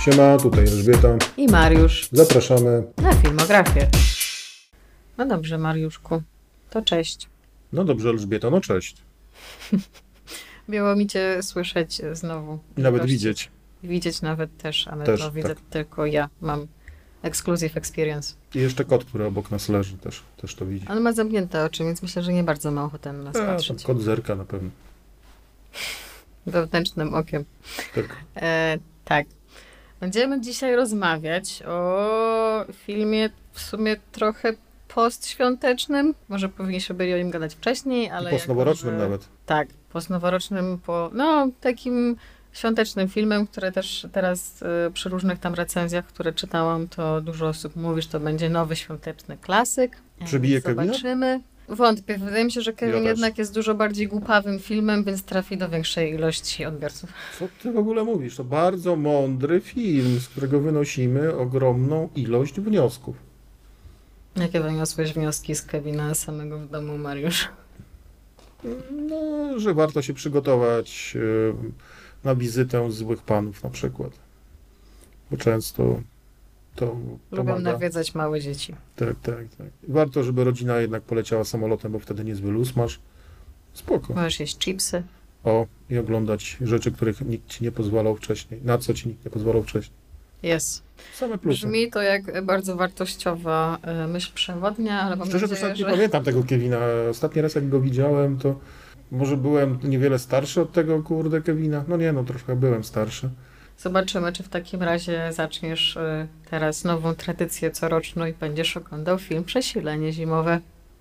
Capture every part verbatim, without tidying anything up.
Siema, tutaj Elżbieta. I Mariusz. Zapraszamy na filmografię. No dobrze, Mariuszku. To cześć. No dobrze, Elżbieta, no cześć. Miło mi cię słyszeć znowu. I nawet Gości. widzieć. Widzieć nawet też, ale Też, to widzę tak. tylko ja. Mam exclusive experience. I jeszcze kot, który obok nas leży, też, też to widzi. On ma zamknięte oczy, więc myślę, że nie bardzo ma ochotę na nas A, patrzeć. kot zerka na pewno. Wewnętrznym okiem. Tak. E, tak. Będziemy dzisiaj rozmawiać o filmie w sumie trochę postświątecznym. Może powinniśmy byli o nim gadać wcześniej, ale... Postnoworocznym jako, że... nawet. Tak, postnoworocznym, po, no takim świątecznym filmem, które też teraz y, przy różnych tam recenzjach, które czytałam, to dużo osób mówi, że to będzie nowy świąteczny klasyk. Przebije Kevina? Zobaczymy. Wątpię. Wydaje mi się, że Kevin Ja jednak jest dużo bardziej głupawym filmem, więc trafi do większej ilości odbiorców. Co ty w ogóle mówisz? To bardzo mądry film, z którego wynosimy ogromną ilość wniosków. Jakie wyniosłeś wnioski z Kevina samego w domu, Mariusz? No, że warto się przygotować y, na wizytę złych panów na przykład. Bo często to Lubią pomaga. nawiedzać małe dzieci. Tak, tak, tak. Warto, żeby rodzina jednak poleciała samolotem, bo wtedy niezły luz masz. Spoko. Możesz jeść chipsy. O, i oglądać rzeczy, których nikt ci nie pozwalał wcześniej. Na co ci nikt nie pozwalał wcześniej. Jest. Same plusy. Brzmi to jak bardzo wartościowa y, myśl przewodnia, ale mam Szczerze to nadzieję, ostatnio że... nie pamiętam tego Kevina. Ostatni raz jak go widziałem, to może byłem niewiele starszy od tego, kurde, Kevina. No nie, no troszkę byłem starszy. Zobaczymy, czy w takim razie zaczniesz y, teraz nową tradycję coroczną i będziesz oglądał film Przesilenie zimowe.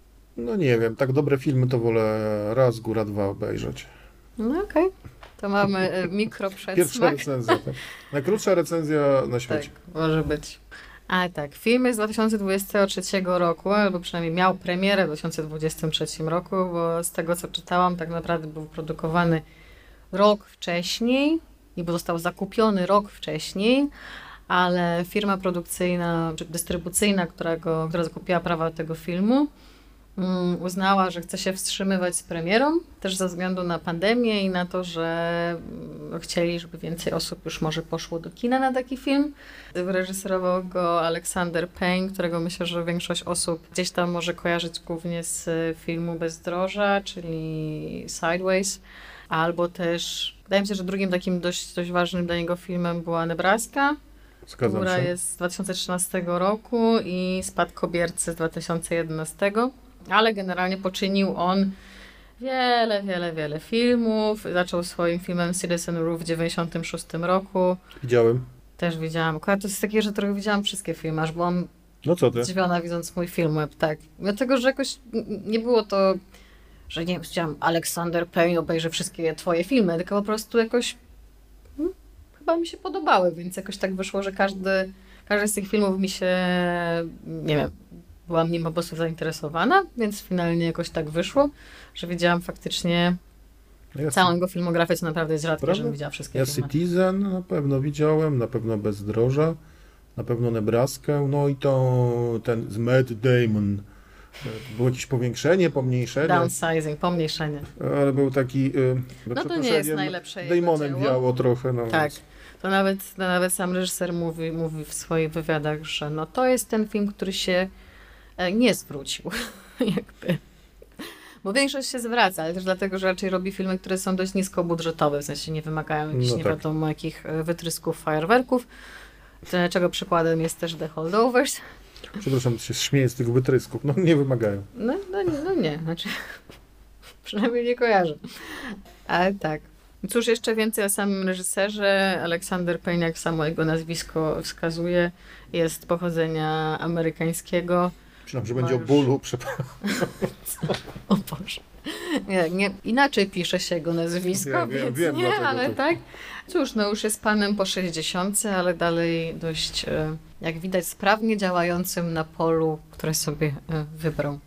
No nie wiem, tak dobre filmy to wolę raz, góra dwa obejrzeć. No okej. To mamy y, mikro Pierwsza przedsmak. recenzja, tak. Najkrótsza recenzja na świecie. Tak, może być. A tak, film jest z dwa tysiące dwudziestego trzeciego roku, albo przynajmniej miał premierę w dwa tysiące dwudziestym trzecim roku, bo z tego co czytałam, tak naprawdę był produkowany rok wcześniej i bo został zakupiony rok wcześniej, ale firma produkcyjna, czy dystrybucyjna, która, go, która zakupiła prawa do tego filmu, um, uznała, że chce się wstrzymywać z premierą, też ze względu na pandemię i na to, że um, chcieli, żeby więcej osób już może poszło do kina na taki film. Wyreżyserował go Alexander Payne, którego myślę, że większość osób gdzieś tam może kojarzyć głównie z filmu Bezdroża, czyli Sideways, albo też, wydaje mi się, że drugim takim dość, dość ważnym dla niego filmem była Nebraska, Zgadzam która się. jest z dwa tysiące trzynastego roku i Spadkobiercy z dwa tysiące jedenastego, ale generalnie poczynił on wiele, wiele, wiele filmów. Zaczął swoim filmem Citizen Roof w dziewięćdziesiątym szóstym roku. Widziałem. Też widziałam. Akurat to jest takie, że trochę widziałam wszystkie filmy, aż byłam No co ty? zdziwiona widząc mój film web, tak. Dlatego, że jakoś nie było to, że nie wiem, chciałam Alexander Payne, obejrzę wszystkie twoje filmy, tylko po prostu jakoś hmm, chyba mi się podobały, więc jakoś tak wyszło, że każdy, każdy z tych filmów mi się, nie wiem, byłam nim po prostu zainteresowana, więc finalnie jakoś tak wyszło, że widziałam faktycznie Ja całą jego filmografię, co naprawdę jest rzadkie, Prawda? żebym widziała wszystkie Ja filmy. Citizen na pewno widziałem, na pewno Bezdroża, na pewno Nebraskę, no i to ten z Matt Damon. Było jakieś powiększenie, pomniejszenie, Downsizing, pomniejszenie. ale był taki, y, No to nie jest najlepsze jego Damonem dzieło. wiało trochę. No, Tak. więc- To nawet, to nawet sam reżyser mówi, mówi w swoich wywiadach, że no to jest ten film, który się e, nie zwrócił. Jakby. Bo większość się zwraca, ale też dlatego, że raczej robi filmy, które są dość niskobudżetowe, w sensie nie wymagają jakichś No nie tak. wiadomo jakich e, wytrysków, fajerwerków. To, czego przykładem jest też The Holdovers. Przepraszam, się śmieję z tych wytrysków, no nie wymagają. No, no, nie- no nie, znaczy przynajmniej nie kojarzę. Ale tak. Cóż jeszcze więcej o samym reżyserze. Alexander Payne, jak samo jego nazwisko wskazuje, jest pochodzenia amerykańskiego. Myślałem, że Ma będzie o już- bólu, przepraszam. O Boże. Nie, nie, inaczej pisze się jego nazwisko, Ja wiem, więc wiem, nie, dlatego ale to- tak. Cóż, no już jest panem po sześćdziesiątce, ale dalej dość, e, jak widać, sprawnie działającym na polu, które sobie e, wybrał.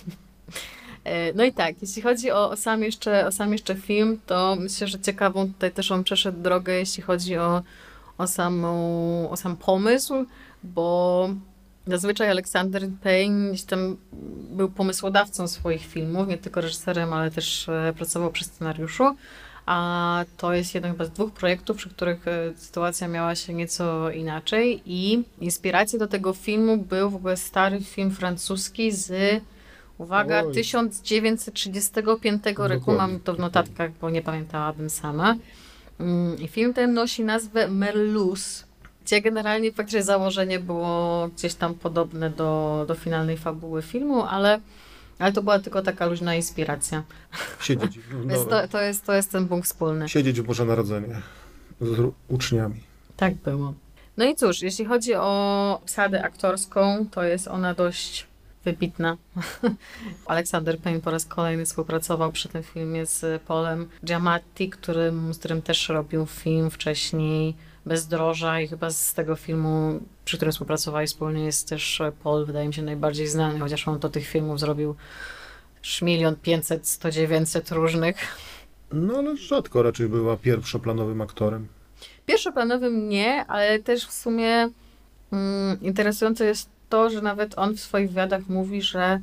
E, No i tak, jeśli chodzi o, o, sam jeszcze, o sam jeszcze film, to myślę, że ciekawą tutaj też on przeszedł drogę, jeśli chodzi o, o, samą, o sam pomysł, bo zazwyczaj Alexander Payne gdzieś tam był pomysłodawcą swoich filmów, nie tylko reżyserem, ale też e, pracował przy scenariuszu, a to jest jeden chyba z dwóch projektów, przy których e, sytuacja miała się nieco inaczej i inspiracją do tego filmu był w ogóle stary film francuski z, uwaga, Oj. tysiąc dziewięćset trzydziestego piątego roku, Dokładnie. mam to w notatkach, bo nie pamiętałabym sama. Mm, I film ten nosi nazwę Merluz, gdzie generalnie faktycznie założenie było gdzieś tam podobne do, do finalnej fabuły filmu, ale, ale to była tylko taka luźna inspiracja. Siedzieć, w- Więc no, to, to, jest, to jest ten punkt wspólny. siedzieć w Boże Narodzenie z ru- uczniami. Tak było. No i cóż, jeśli chodzi o obsadę aktorską, to jest ona dość wybitna. Aleksander Payne po raz kolejny współpracował przy tym filmie z Paulem Giamatti, którym, z którym też robił film wcześniej Bezdroża i chyba z tego filmu, przy którym współpracowali wspólnie, jest też Paul, wydaje mi się, najbardziej znany, chociaż on do tych filmów zrobił milion pięćset, sto dziewięćset różnych. No ale rzadko raczej była pierwszoplanowym aktorem. Pierwszoplanowym nie, ale też w sumie mm, interesujące jest to, że nawet on w swoich wywiadach mówi, że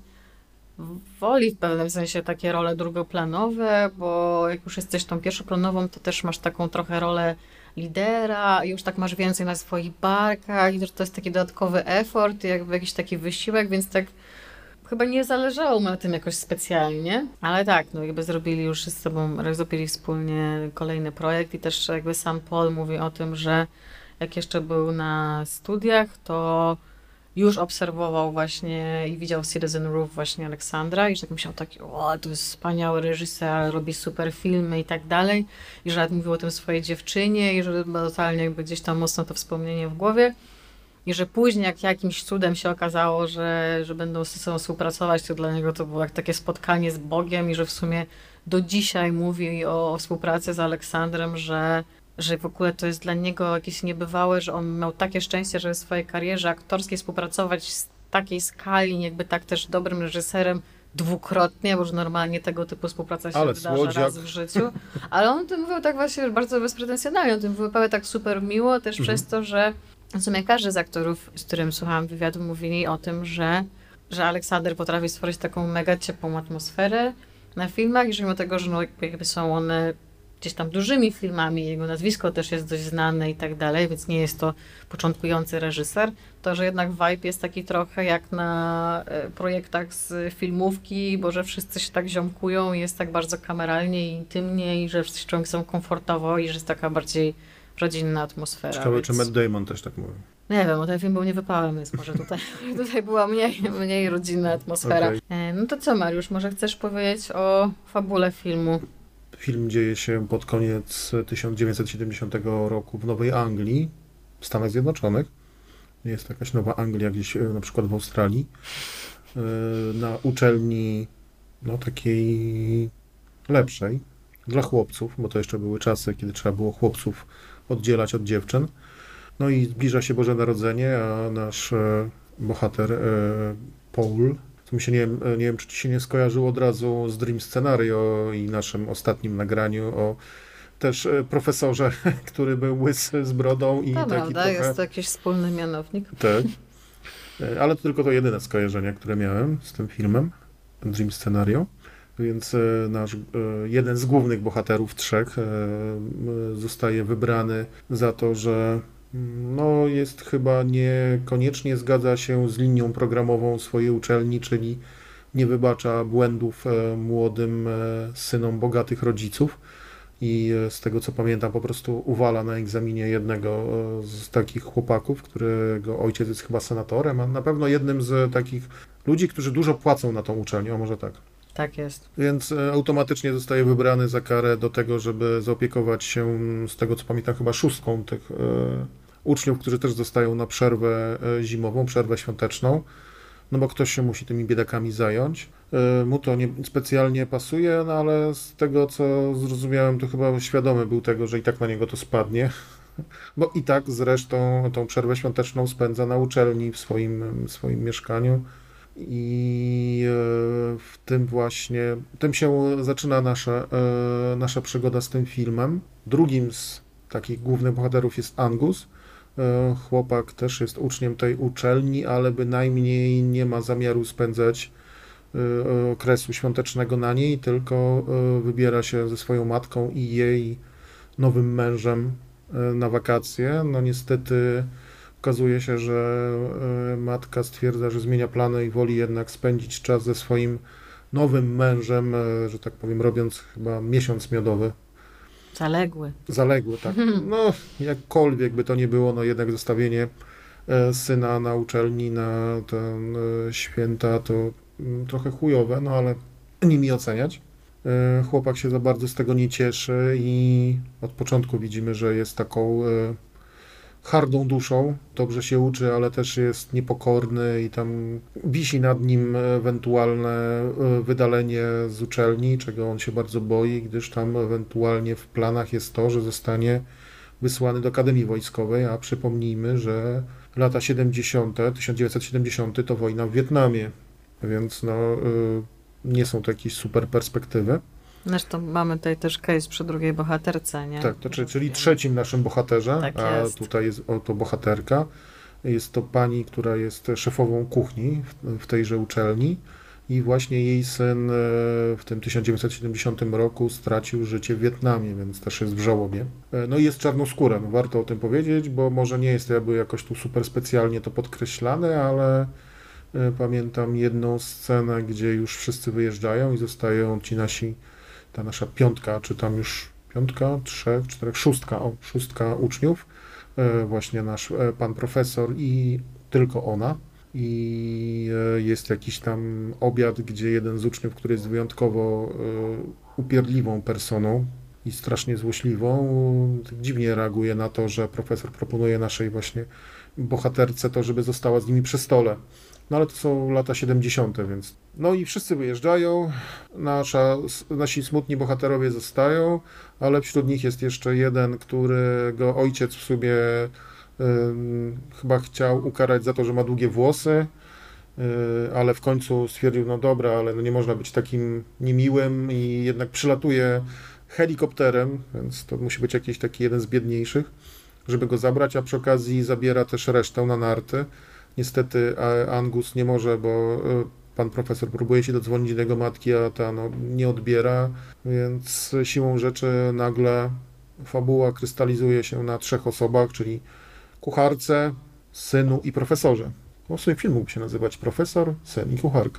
woli w pewnym sensie takie role drugoplanowe, bo jak już jesteś tą pierwszoplanową, to też masz taką trochę rolę lidera i już tak masz więcej na swoich barkach i to jest taki dodatkowy effort i jakby jakiś taki wysiłek, więc tak chyba nie zależało mu na tym jakoś specjalnie, ale tak, no jakby zrobili już z sobą, zrobili wspólnie kolejny projekt i też jakby sam Paul mówi o tym, że jak jeszcze był na studiach, to już obserwował właśnie i widział Citizen Roof właśnie Aleksandra i że tak myślał taki, o, to jest wspaniały reżyser, robi super filmy i tak dalej i że nawet mówił o tym swojej dziewczynie i że ma totalnie jakby gdzieś tam mocno to wspomnienie w głowie. I że później, jak jakimś cudem się okazało, że, że będą ze sobą współpracować, to dla niego to było jak takie spotkanie z Bogiem i że w sumie do dzisiaj mówi o, o współpracy z Aleksandrem, że, że w ogóle to jest dla niego jakieś niebywałe, że on miał takie szczęście, że w swojej karierze aktorskiej współpracować z takiej skali, jakby tak też dobrym reżyserem dwukrotnie, bo że normalnie tego typu współpraca się Ale wydarza słodziak. raz w życiu. Ale on o tym mówił tak właśnie bardzo bezpretensjonalnie, on o tym wypowiadał tak super miło, też Mhm. przez to, że w sumie każdy z aktorów, z którym słuchałam wywiadu, mówili o tym, że, że Aleksander potrafi stworzyć taką mega ciepłą atmosferę na filmach i że mimo tego, że no jakby są one gdzieś tam dużymi filmami, jego nazwisko też jest dość znane i tak dalej, więc nie jest to początkujący reżyser, to że jednak vibe jest taki trochę jak na e, projektach z filmówki, bo że wszyscy się tak ziomkują i jest tak bardzo kameralnie i intymnie i że wszyscy czują się komfortowo i że jest taka bardziej rodzinna atmosfera. Ciekawe, więc... czy Matt Damon też tak mówił. Nie wiem, bo ten film był niewypałem, więc może tutaj, tutaj była mniej, mniej rodzinna atmosfera. Okej. E, No to co, Mariusz, może chcesz powiedzieć o fabule filmu? Film dzieje się pod koniec tysiąc dziewięćset siedemdziesiątego roku w Nowej Anglii, w Stanach Zjednoczonych. Jest jakaś Nowa Anglia gdzieś e, na przykład w Australii. E, Na uczelni no takiej lepszej dla chłopców, bo to jeszcze były czasy, kiedy trzeba było chłopców oddzielać od dziewczyn. No i zbliża się Boże Narodzenie, a nasz e, bohater e, Paul, co mi się nie, wiem- nie wiem, czy ci się nie skojarzyło od razu z Dream Scenario i naszym ostatnim nagraniu o też e, profesorze, który był łysy z brodą i To taki prawda, trochę... jest to jakiś wspólny mianownik. Tak. E, Ale to tylko to jedyne skojarzenie, które miałem z tym filmem, Dream Scenario. Więc e, nasz, e, jeden z głównych bohaterów, trzech, e, m, zostaje wybrany za to, że mm, no, jest chyba niekoniecznie zgadza się z linią programową swojej uczelni, czyli nie wybacza błędów e, młodym e, synom bogatych rodziców. I e, z tego co pamiętam, po prostu uwala na egzaminie jednego e, z takich chłopaków, którego ojciec jest chyba senatorem, a na pewno jednym z takich ludzi, którzy dużo płacą na tą uczelnię, o może tak. Tak jest. Więc e, automatycznie zostaje wybrany za karę do tego, żeby zaopiekować się, z tego co pamiętam, chyba szóstką tych e, uczniów, którzy też zostają na przerwę e, zimową, przerwę świąteczną, no bo ktoś się musi tymi biedakami zająć. E, mu to nie specjalnie pasuje, no ale z tego co zrozumiałem, to chyba świadomy był tego, że i tak na niego to spadnie. Bo i tak zresztą tą przerwę świąteczną spędza na uczelni w swoim, w swoim mieszkaniu. I e, w tym właśnie, tym się zaczyna nasza, e, nasza przygoda z tym filmem. Drugim z takich głównych bohaterów jest Angus. E, Chłopak też jest uczniem tej uczelni, ale bynajmniej nie ma zamiaru spędzać y, okresu świątecznego na niej, tylko y, wybiera się ze swoją matką i jej nowym mężem y, na wakacje. No niestety okazuje się, że y, matka stwierdza, że zmienia plany i woli jednak spędzić czas ze swoim nowym mężem, y, że tak powiem, robiąc chyba miesiąc miodowy. Zaległy. Zaległy, tak. No, jakkolwiek by to nie było, no jednak zostawienie e, syna na uczelni na te e, święta to mm, trochę chujowe, no ale nimi oceniać. E, chłopak się za bardzo z tego nie cieszy i od początku widzimy, że jest taką e, hardą duszą, dobrze się uczy, ale też jest niepokorny i tam wisi nad nim ewentualne e, wydalenie z uczelni, czego on się bardzo boi, gdyż tam ewentualnie w planach jest to, że zostanie wysłany do Akademii Wojskowej, a przypomnijmy, że lata siedemdziesiąte, tysiąc dziewięćset siedemdziesiąty to wojna w Wietnamie, więc no e, nie są to jakieś super perspektywy. Zresztą mamy tutaj też case przy drugiej bohaterce, nie? Tak, to, czyli, czyli trzecim naszym bohaterze, Tak a jest. tutaj jest oto bohaterka. Jest to pani, która jest szefową kuchni w, w tejże uczelni i właśnie jej syn e, w tym tysiąc dziewięćset siedemdziesiątym roku stracił życie w Wietnamie, więc też jest w żałobie. E, No i jest czarnoskóra, no warto o tym powiedzieć, bo może nie jest jakby jakoś tu super specjalnie to podkreślane, ale e, pamiętam jedną scenę, gdzie już wszyscy wyjeżdżają i zostają ci nasi, ta nasza piątka, czy tam już piątka, trzech, czterech, szóstka, o, szóstka uczniów, e, właśnie nasz e, pan profesor i tylko ona. I e, jest jakiś tam obiad, gdzie jeden z uczniów, który jest wyjątkowo e, upierdliwą personą i strasznie złośliwą, dziwnie reaguje na to, że profesor proponuje naszej właśnie bohaterce to, żeby została z nimi przy stole. No ale to są lata siedemdziesiąte, więc... No i wszyscy wyjeżdżają, nasza, nasi smutni bohaterowie zostają, ale wśród nich jest jeszcze jeden, którego ojciec w sobie y, chyba chciał ukarać za to, że ma długie włosy, y, ale w końcu stwierdził, no dobra, ale no nie można być takim niemiłym i jednak przylatuje helikopterem, więc to musi być jakiś taki jeden z biedniejszych, żeby go zabrać, a przy okazji zabiera też resztę na narty. Niestety Angus nie może, bo pan profesor próbuje się dodzwonić do jego matki, a ta no, nie odbiera, więc siłą rzeczy nagle fabuła krystalizuje się na trzech osobach, czyli kucharce, synu i profesorze. No, w swoim film mógłby się nazywać Profesor, Syn i Kucharka.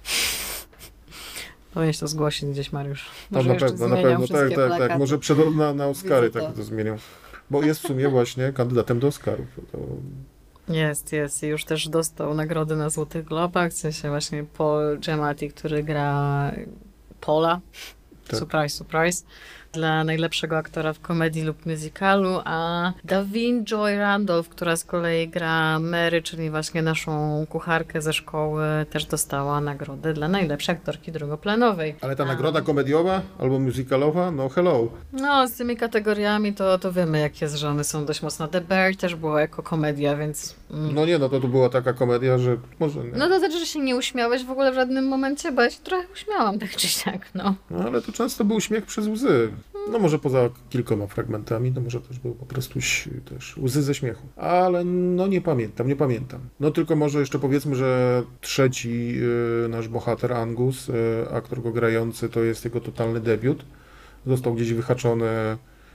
Powinieneś to zgłosić gdzieś, Mariusz. No, Może na jeszcze pewno, na zmieniam pewno, tak, wszystkie tak, tak. plakaty. Może przed, na, na Oscary Widzę tak to. to zmienią. Bo jest w sumie właśnie kandydatem do Oscarów. To... Jest, jest. I już też dostał nagrody na Złotych Globach, w sensie właśnie Paul Giamatti, który gra Paula. Tak. Surprise, surprise. Dla najlepszego aktora w komedii lub musicalu, a Davin Joy Randolph, która z kolei gra Mary, czyli właśnie naszą kucharkę ze szkoły, też dostała nagrodę dla najlepszej aktorki drugoplanowej. Ale ta A- nagroda komediowa albo musicalowa, no hello. No, z tymi kategoriami to, to wiemy, jak jest, że one są dość mocno. The Bear też była jako komedia, więc... Mm. No nie, no to tu była taka komedia, że może nie. No to znaczy, że się nie uśmiałeś w ogóle w żadnym momencie, bo ja się trochę uśmiałam, tak czy siak, no. No ale to często był śmiech przez łzy. No może poza kilkoma fragmentami, to może też był po prostu ś- też łzy ze śmiechu. Ale no nie pamiętam, nie pamiętam. No tylko może jeszcze powiedzmy, że trzeci y, nasz bohater Angus, y, aktor go grający, to jest jego totalny debiut. Został gdzieś wyhaczony y,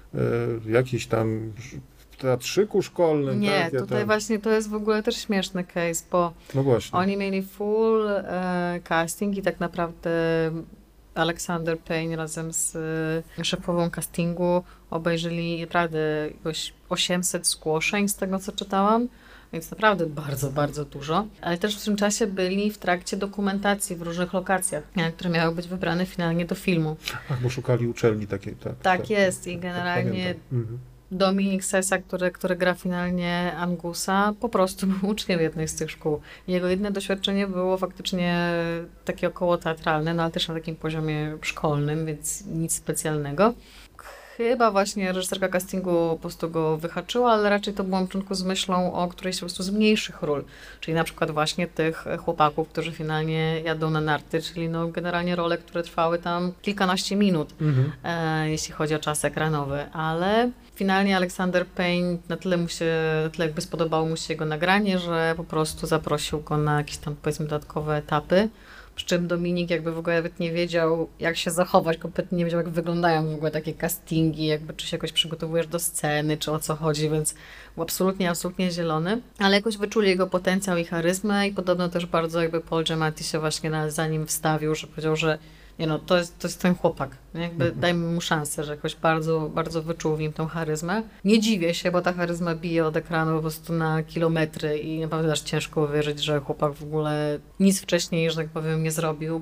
w jakiejś tam w teatrzyku szkolnym. Nie, tak, ja tutaj tam- właśnie to jest w ogóle też śmieszny case, bo No właśnie. oni mieli full e, casting i tak naprawdę Alexander Payne razem z e, szefową castingu obejrzeli naprawdę jakoś osiemset zgłoszeń z tego, co czytałam. Więc naprawdę bardzo, bardzo dużo. Ale też w tym czasie byli w trakcie dokumentacji w różnych lokacjach, e, które miały być wybrane finalnie do filmu. Ach, bo szukali uczelni takiej, tak. Tak jest i generalnie pamiętam. Mhm. Dominik Sessa, który, który gra finalnie Angusa, po prostu był uczniem jednej z tych szkół. Jego jedyne doświadczenie było faktycznie takie około teatralne, no ale też na takim poziomie szkolnym, więc nic specjalnego. Chyba właśnie reżyserka castingu po prostu go wyhaczyła, ale raczej to było na początku z myślą o którejś po prostu z mniejszych ról, czyli na przykład właśnie tych chłopaków, którzy finalnie jadą na narty, czyli no generalnie role, które trwały tam kilkanaście minut, Mhm. e, jeśli chodzi o czas ekranowy, ale finalnie Alexander Payne na tyle mu się, na tyle jakby spodobało mu się jego nagranie, że po prostu zaprosił go na jakieś tam powiedzmy dodatkowe etapy. Przy czym Dominik jakby w ogóle nawet nie wiedział, jak się zachować, kompletnie nie wiedział, jak wyglądają w ogóle takie castingi, jakby czy się jakoś przygotowujesz do sceny, czy o co chodzi, więc był absolutnie, absolutnie zielony. Ale jakoś wyczuli jego potencjał i charyzmę i podobno też bardzo jakby Paul Giamatti się właśnie na, za nim wstawił, że powiedział, że nie no, to jest, to jest ten chłopak. Nie? Jakby Mhm. dajmy mu szansę, że jakoś bardzo, bardzo wyczuł w nim tą charyzmę. Nie dziwię się, bo ta charyzma bije od ekranu po prostu na kilometry i naprawdę aż ciężko uwierzyć, że chłopak w ogóle nic wcześniej, że tak powiem, nie zrobił,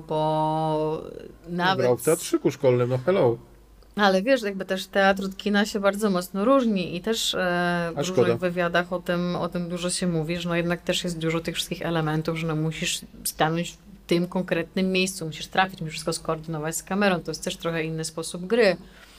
bo nawet... Grał w teatrzyku szkolnym, no hello. Ale wiesz, jakby też teatr od kina się bardzo mocno różni i też e, w A różnych szkoda. wywiadach o tym, o tym dużo się mówi, że no jednak też jest dużo tych wszystkich elementów, że no musisz stanąć w tym konkretnym miejscu, musisz trafić, musisz wszystko skoordynować z kamerą, to jest też trochę inny sposób gry.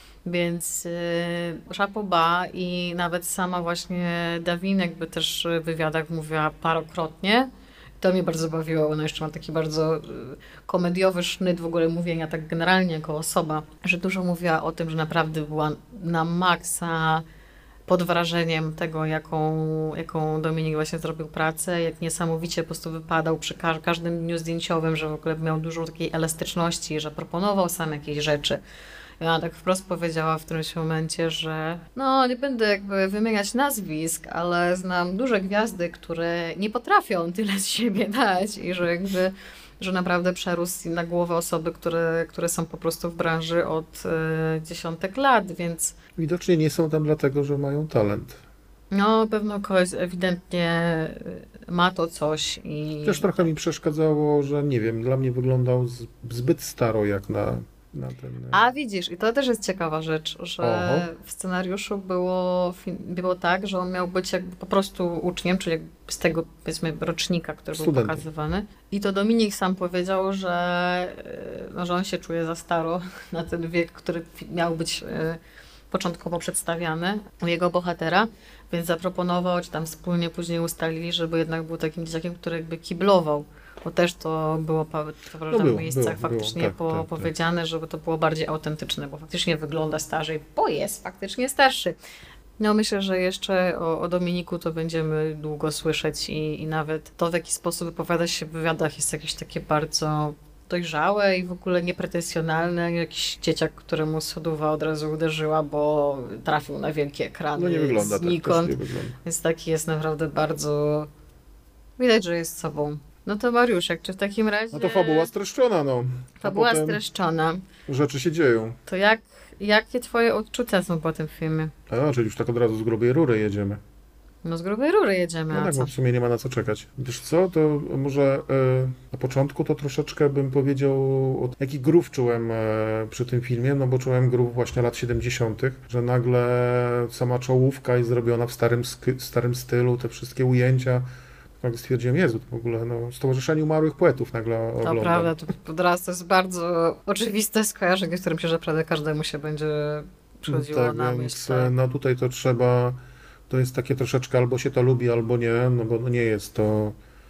Więc yy, chapeau bas i nawet sama właśnie Davin jakby też w wywiadach mówiła parokrotnie. To mnie bardzo bawiło, ona jeszcze ma taki bardzo y, komediowy sznyt w ogóle mówienia tak generalnie jako osoba, że dużo mówiła o tym, że naprawdę była na maksa pod wrażeniem tego, jaką, jaką Dominik właśnie zrobił pracę, jak niesamowicie po prostu wypadał przy ka- każdym dniu zdjęciowym, że w ogóle miał dużo takiej elastyczności, że proponował sam jakieś rzeczy. I ona tak wprost powiedziała w którymś momencie, że no nie będę jakby wymieniać nazwisk, ale znam duże gwiazdy, które nie potrafią tyle z siebie dać i że jakby że naprawdę przerósł na głowę osoby, które, które są po prostu w branży od y, dziesiątek lat, więc Widocznie nie są tam dlatego, że mają talent. no pewno kogoś ewidentnie y, ma to coś i Też trochę mi przeszkadzało, że nie wiem, dla mnie wyglądał z- zbyt staro jak na, na ten... A widzisz, i to też jest ciekawa rzecz, że Oho. w scenariuszu było, fi- było tak, że on miał być jakby po prostu uczniem, czyli jakby z tego powiedzmy rocznika, który był Studentem. pokazywany. I to Dominik sam powiedział, że, y, no, że on się czuje za staro na ten wiek, który fi- miał być y, początkowo przedstawiany u jego bohatera, więc zaproponował, czy tam wspólnie później ustalili, żeby jednak był takim dzieciakiem, który jakby kiblował. Bo też to było pa- w paru No tam było, miejscach było, było, faktycznie tak, po, tak, tak. powiedziane, żeby to było bardziej autentyczne, bo faktycznie wygląda starzej, bo jest faktycznie starszy. No myślę, że jeszcze o, o Dominiku to będziemy długo słyszeć i, i nawet to, w jaki sposób wypowiada się w wywiadach jest jakieś takie bardzo dojrzałe i w ogóle niepretensjonalne. Jakiś dzieciak, któremu sodowa od razu uderzyła, bo trafił na wielkie ekrany No nie wygląda tak, też znikąd. nie wygląda. Więc taki jest naprawdę bardzo... Widać, że jest sobą. No to Mariuszek, czy w takim razie... No to fabuła streszczona, no. A Fabuła potem streszczona. rzeczy się dzieją. To jak, jakie twoje odczucia są po tym filmie? A, czyli już tak od razu z grubej rury jedziemy. No z grubej rury jedziemy, No a tak, co? bo w sumie nie ma na co czekać. Wiesz co, to może e, na początku to troszeczkę bym powiedział, o, jaki groove czułem e, przy tym filmie, no bo czułem groove właśnie lat siedemdziesiątych, że nagle sama czołówka jest zrobiona w starym, sk- starym stylu, te wszystkie ujęcia. Tak stwierdziłem, Jezu, to w ogóle no, Stowarzyszenie Umarłych Poetów nagle To oglądam. prawda, to od razu to jest bardzo oczywiste skojarzenie, z którym się naprawdę każdemu się będzie przychodziło Tak, na więc myśl. Tak. no tutaj to trzeba, to jest takie troszeczkę albo się to lubi, albo nie, no bo no nie jest to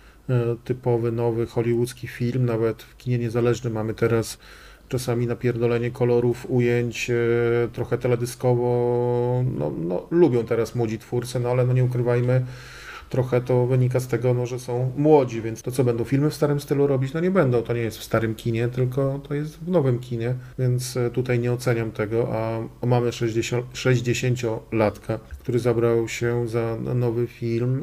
e, typowy, nowy hollywoodzki film, nawet w kinie niezależnym mamy teraz czasami napierdolenie kolorów, ujęć, e, trochę teledyskowo, no, no lubią teraz młodzi twórcy, no ale no nie ukrywajmy, trochę to wynika z tego, no, że są młodzi, więc to co, będą filmy w starym stylu robić? No nie będą, to nie jest w starym kinie, tylko to jest w nowym kinie, więc e, tutaj nie oceniam tego, a mamy sześćdziesiąt sześćdziesięciolatka, który zabrał się za nowy film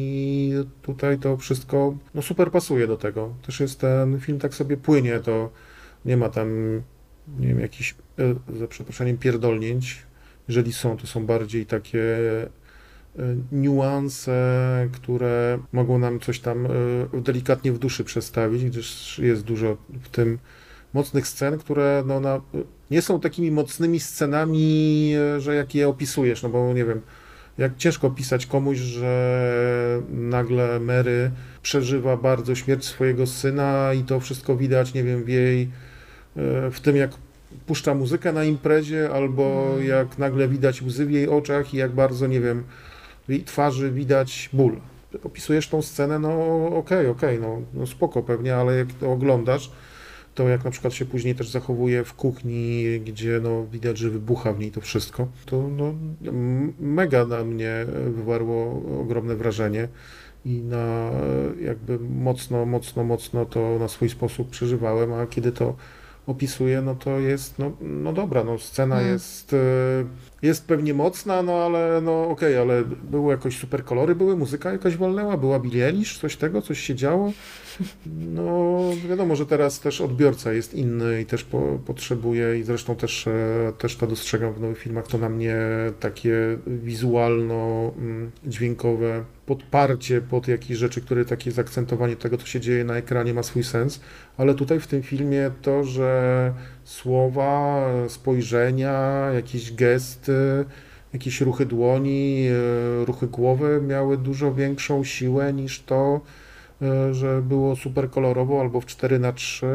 i tutaj to wszystko no super pasuje do tego. Też jest ten film tak sobie płynie, to nie ma tam, nie wiem, jakichś, e, za przeproszeniem, pierdolnięć. Jeżeli są, to są bardziej takie niuanse, które mogą nam coś tam delikatnie w duszy przestawić, gdyż jest dużo w tym mocnych scen, które no, na, nie są takimi mocnymi scenami, że jak je opisujesz, no bo nie wiem, jak ciężko opisać komuś, że nagle Mary przeżywa bardzo śmierć swojego syna i to wszystko widać, nie wiem, w jej, w tym jak puszcza muzykę na imprezie, albo Mm. jak nagle widać łzy w jej oczach i jak bardzo, nie wiem, w jej twarzy widać ból. Opisujesz tą scenę, no okej, okej, no, no spoko pewnie, ale jak to oglądasz, to jak na przykład się później też zachowuje w kuchni, gdzie no widać, że wybucha w niej to wszystko, to no m- mega na mnie wywarło ogromne wrażenie i na jakby mocno, mocno, mocno to na swój sposób przeżywałem, a kiedy to opisuję, no to jest, no, no dobra, no scena Mm. jest, e, jest pewnie mocna, no ale no okej, ale były jakoś super kolory, były, muzyka jakaś walnęła, była Billie Eilish, coś tego, coś się działo. No wiadomo, że teraz też odbiorca jest inny i też po, potrzebuje i zresztą też, e, też to dostrzegam w nowych filmach, to na mnie takie wizualno-dźwiękowe podparcie pod jakieś rzeczy, które takie zaakcentowanie tego, co się dzieje na ekranie ma swój sens, ale tutaj w tym filmie to, że słowa, spojrzenia, jakieś gesty, jakieś ruchy dłoni, e, ruchy głowy miały dużo większą siłę niż to, e, że było super kolorowo albo w cztery na trzy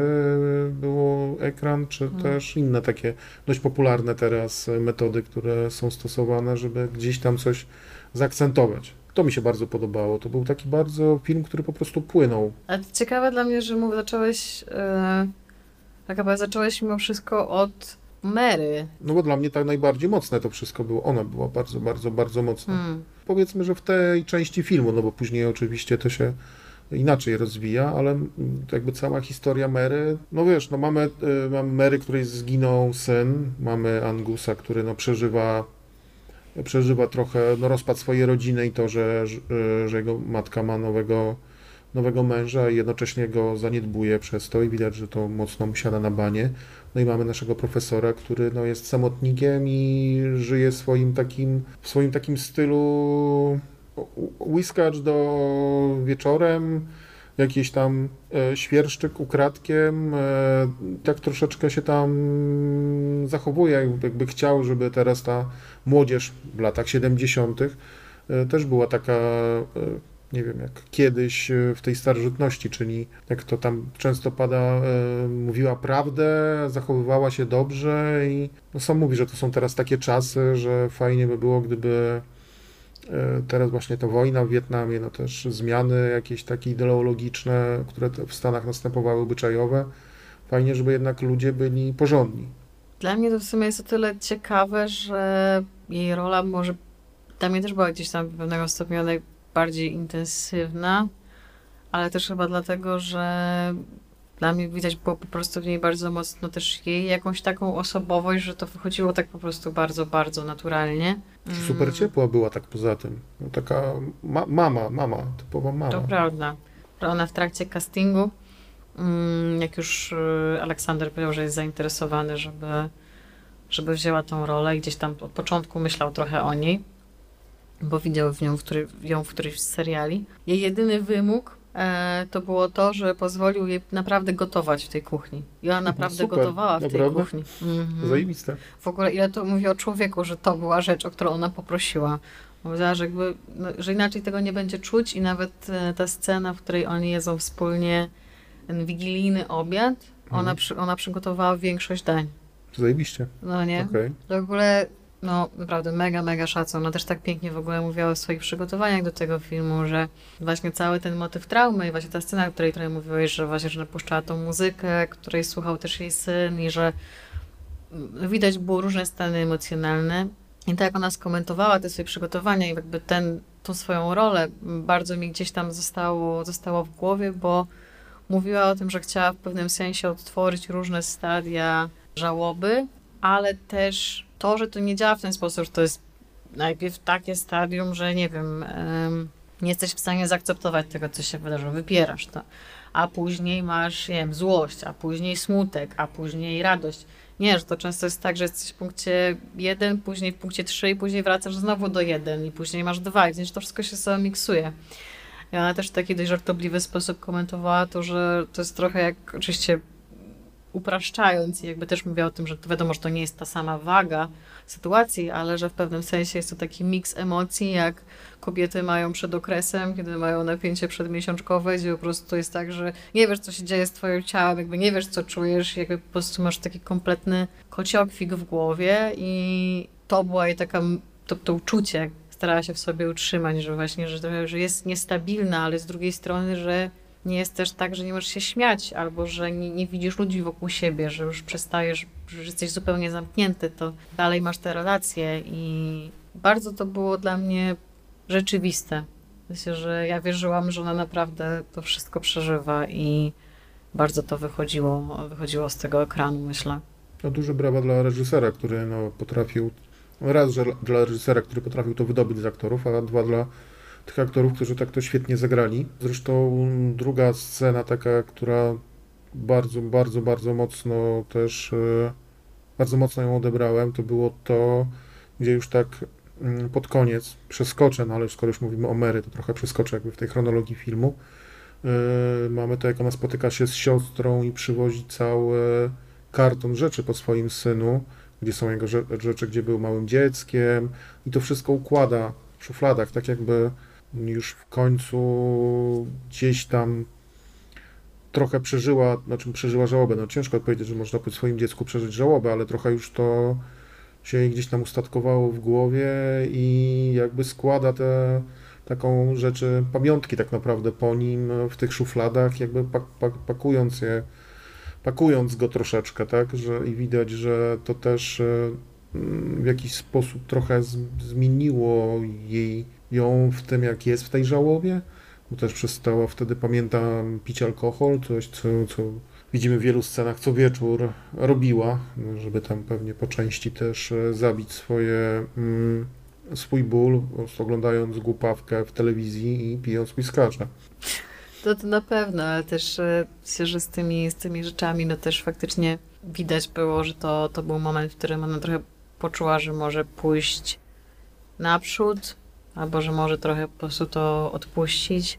było ekran, czy Mm. też inne takie dość popularne teraz metody, które są stosowane, żeby gdzieś tam coś zaakcentować. To mi się bardzo podobało. To był taki bardzo film, który po prostu płynął. Ale to ciekawe dla mnie, że mów, zacząłeś, e, tak naprawdę zacząłeś mimo wszystko od Mary. No bo dla mnie tak najbardziej mocne to wszystko było. Ona była bardzo, bardzo, bardzo mocna. Hmm. Powiedzmy, że w tej części filmu, no bo później oczywiście to się inaczej rozwija, ale mm, jakby cała historia Mary, no wiesz, no mamy, y, mamy Mary, której zginął syn, mamy Angusa, który no przeżywa, przeżywa trochę no, rozpad swojej rodziny i to, że, że, że jego matka ma nowego, nowego męża i jednocześnie go zaniedbuje przez to i widać, że to mocno mu siada na banie. No i mamy naszego profesora, który no, jest samotnikiem i żyje swoim takim, w swoim takim stylu whiskacz do wieczorem, jakiś tam e, świerszczyk ukradkiem, e, tak troszeczkę się tam zachowuje, jakby, jakby chciał, żeby teraz ta młodzież w latach siedemdziesiątych e, też była taka, e, nie wiem, jak kiedyś e, w tej starożytności, czyli jak to tam często pada, e, mówiła prawdę, zachowywała się dobrze i no, sam mówi, że to są teraz takie czasy, że fajnie by było, gdyby e, teraz właśnie ta wojna w Wietnamie, no też zmiany jakieś takie ideologiczne, które te- w Stanach następowały obyczajowe, fajnie, żeby jednak ludzie byli porządni. Dla mnie to w sumie jest o tyle ciekawe, że jej rola może dla mnie też była gdzieś tam do pewnego stopnia bardziej intensywna, ale też chyba dlatego, że dla mnie widać było po prostu w niej bardzo mocno też jej jakąś taką osobowość, że to wychodziło tak po prostu bardzo, bardzo naturalnie. Super Mm, ciepła była tak poza tym. No, taka ma mama, mama, typowa To mama. prawda. Że ona w trakcie castingu, mm, jak już y, Aleksander powiedział, że jest zainteresowany, żeby, żeby wzięła tą rolę i gdzieś tam od początku myślał trochę o niej, bo widział w nią, w który, ją w którymś z seriali. Jej jedyny wymóg e, to było to, że pozwolił jej naprawdę gotować w tej kuchni. I ona naprawdę super, gotowała w tej naprawdę? kuchni. Mhm. Zajebiste. W ogóle ile to mówi o człowieku, że to była rzecz, o którą ona poprosiła. Powiedziała, że, jakby, no, że inaczej tego nie będzie czuć i nawet e, ta scena, w której oni jedzą wspólnie ten wigilijny obiad, ona, Mhm. przy, ona przygotowała większość dań. Zajebiście. No nie? Okej. To w ogóle, no naprawdę mega, mega szacun. Ona też tak pięknie w ogóle mówiła o swoich przygotowaniach do tego filmu, że właśnie cały ten motyw traumy i właśnie ta scena, o której trochę mówiłeś, że właśnie, że puszczała tą muzykę, której słuchał też jej syn i że mm, widać było różne stany emocjonalne. I tak jak ona skomentowała te swoje przygotowania i jakby ten, tą swoją rolę m, bardzo mi gdzieś tam zostało, zostało w głowie, bo mówiła o tym, że chciała w pewnym sensie odtworzyć różne stadia żałoby, ale też to, że to nie działa w ten sposób, że to jest najpierw takie stadium, że nie wiem, em, nie jesteś w stanie zaakceptować tego, co się wydarzyło, wypierasz to, a później masz, nie wiem, złość, a później smutek, a później radość. Nie, że to często jest tak, że jesteś w punkcie jeden, później w punkcie trzy i później wracasz znowu do jeden i później masz dwa, i to wszystko się sobie miksuje. I ona też w taki dość żartobliwy sposób komentowała to, że to jest trochę jak, oczywiście upraszczając i jakby też mówiła o tym, że to wiadomo, że to nie jest ta sama waga sytuacji, ale że w pewnym sensie jest to taki miks emocji, jak kobiety mają przed okresem, kiedy mają napięcie przedmiesiączkowe, gdzie po prostu jest tak, że nie wiesz, co się dzieje z twoim ciałem, jakby nie wiesz, co czujesz, jakby po prostu masz taki kompletny kociokwik w głowie i to była jej taka, to, to uczucie, starała się w sobie utrzymać, że właśnie, że, że jest niestabilna, ale z drugiej strony, że nie jest też tak, że nie możesz się śmiać, albo że nie, nie widzisz ludzi wokół siebie, że już przestajesz, że jesteś zupełnie zamknięty, to dalej masz te relacje i bardzo to było dla mnie rzeczywiste, Myślę, że ja wierzyłam, że ona naprawdę to wszystko przeżywa i bardzo to wychodziło, wychodziło z tego ekranu, myślę. No, duże brawa dla reżysera, który no, potrafił, raz, że dla reżysera, który potrafił to wydobyć z aktorów, a dwa dla tych aktorów, którzy tak to świetnie zagrali. Zresztą druga scena taka, która bardzo, bardzo, bardzo mocno też, e, bardzo mocno ją odebrałem, to było to, gdzie już tak mm, pod koniec przeskoczę, no ale skoro już mówimy o Mary, to trochę przeskoczę jakby w tej chronologii filmu. E, Mamy to, jak ona spotyka się z siostrą i przywozi cały karton rzeczy po swoim synu, gdzie są jego rze- rzeczy, gdzie był małym dzieckiem i to wszystko układa w szufladach, tak jakby już w końcu gdzieś tam trochę przeżyła, znaczy przeżyła żałobę. No ciężko powiedzieć, że można po swoim dziecku przeżyć żałobę, ale trochę już to się jej gdzieś tam ustatkowało w głowie i jakby składa te taką rzeczy, pamiątki tak naprawdę po nim w tych szufladach, jakby pak, pak, pakując je, pakując go troszeczkę, tak, że i widać, że to też e, mm, w jakiś sposób trochę z, zmieniło jej, ją w tym, jak jest w tej żałobie, bo też przestała wtedy, pamiętam, pić alkohol, coś, co, co widzimy w wielu scenach co wieczór robiła, no, żeby tam pewnie po części też e, zabić swoje, mm, swój ból, po prostu oglądając głupawkę w telewizji i pijąc whiskacza. To, to na pewno, ale też e, myślę, że z tymi, z tymi rzeczami no też faktycznie widać było, że to, to był moment, w którym ona trochę poczuła, że może pójść naprzód, albo że może trochę po prostu to odpuścić.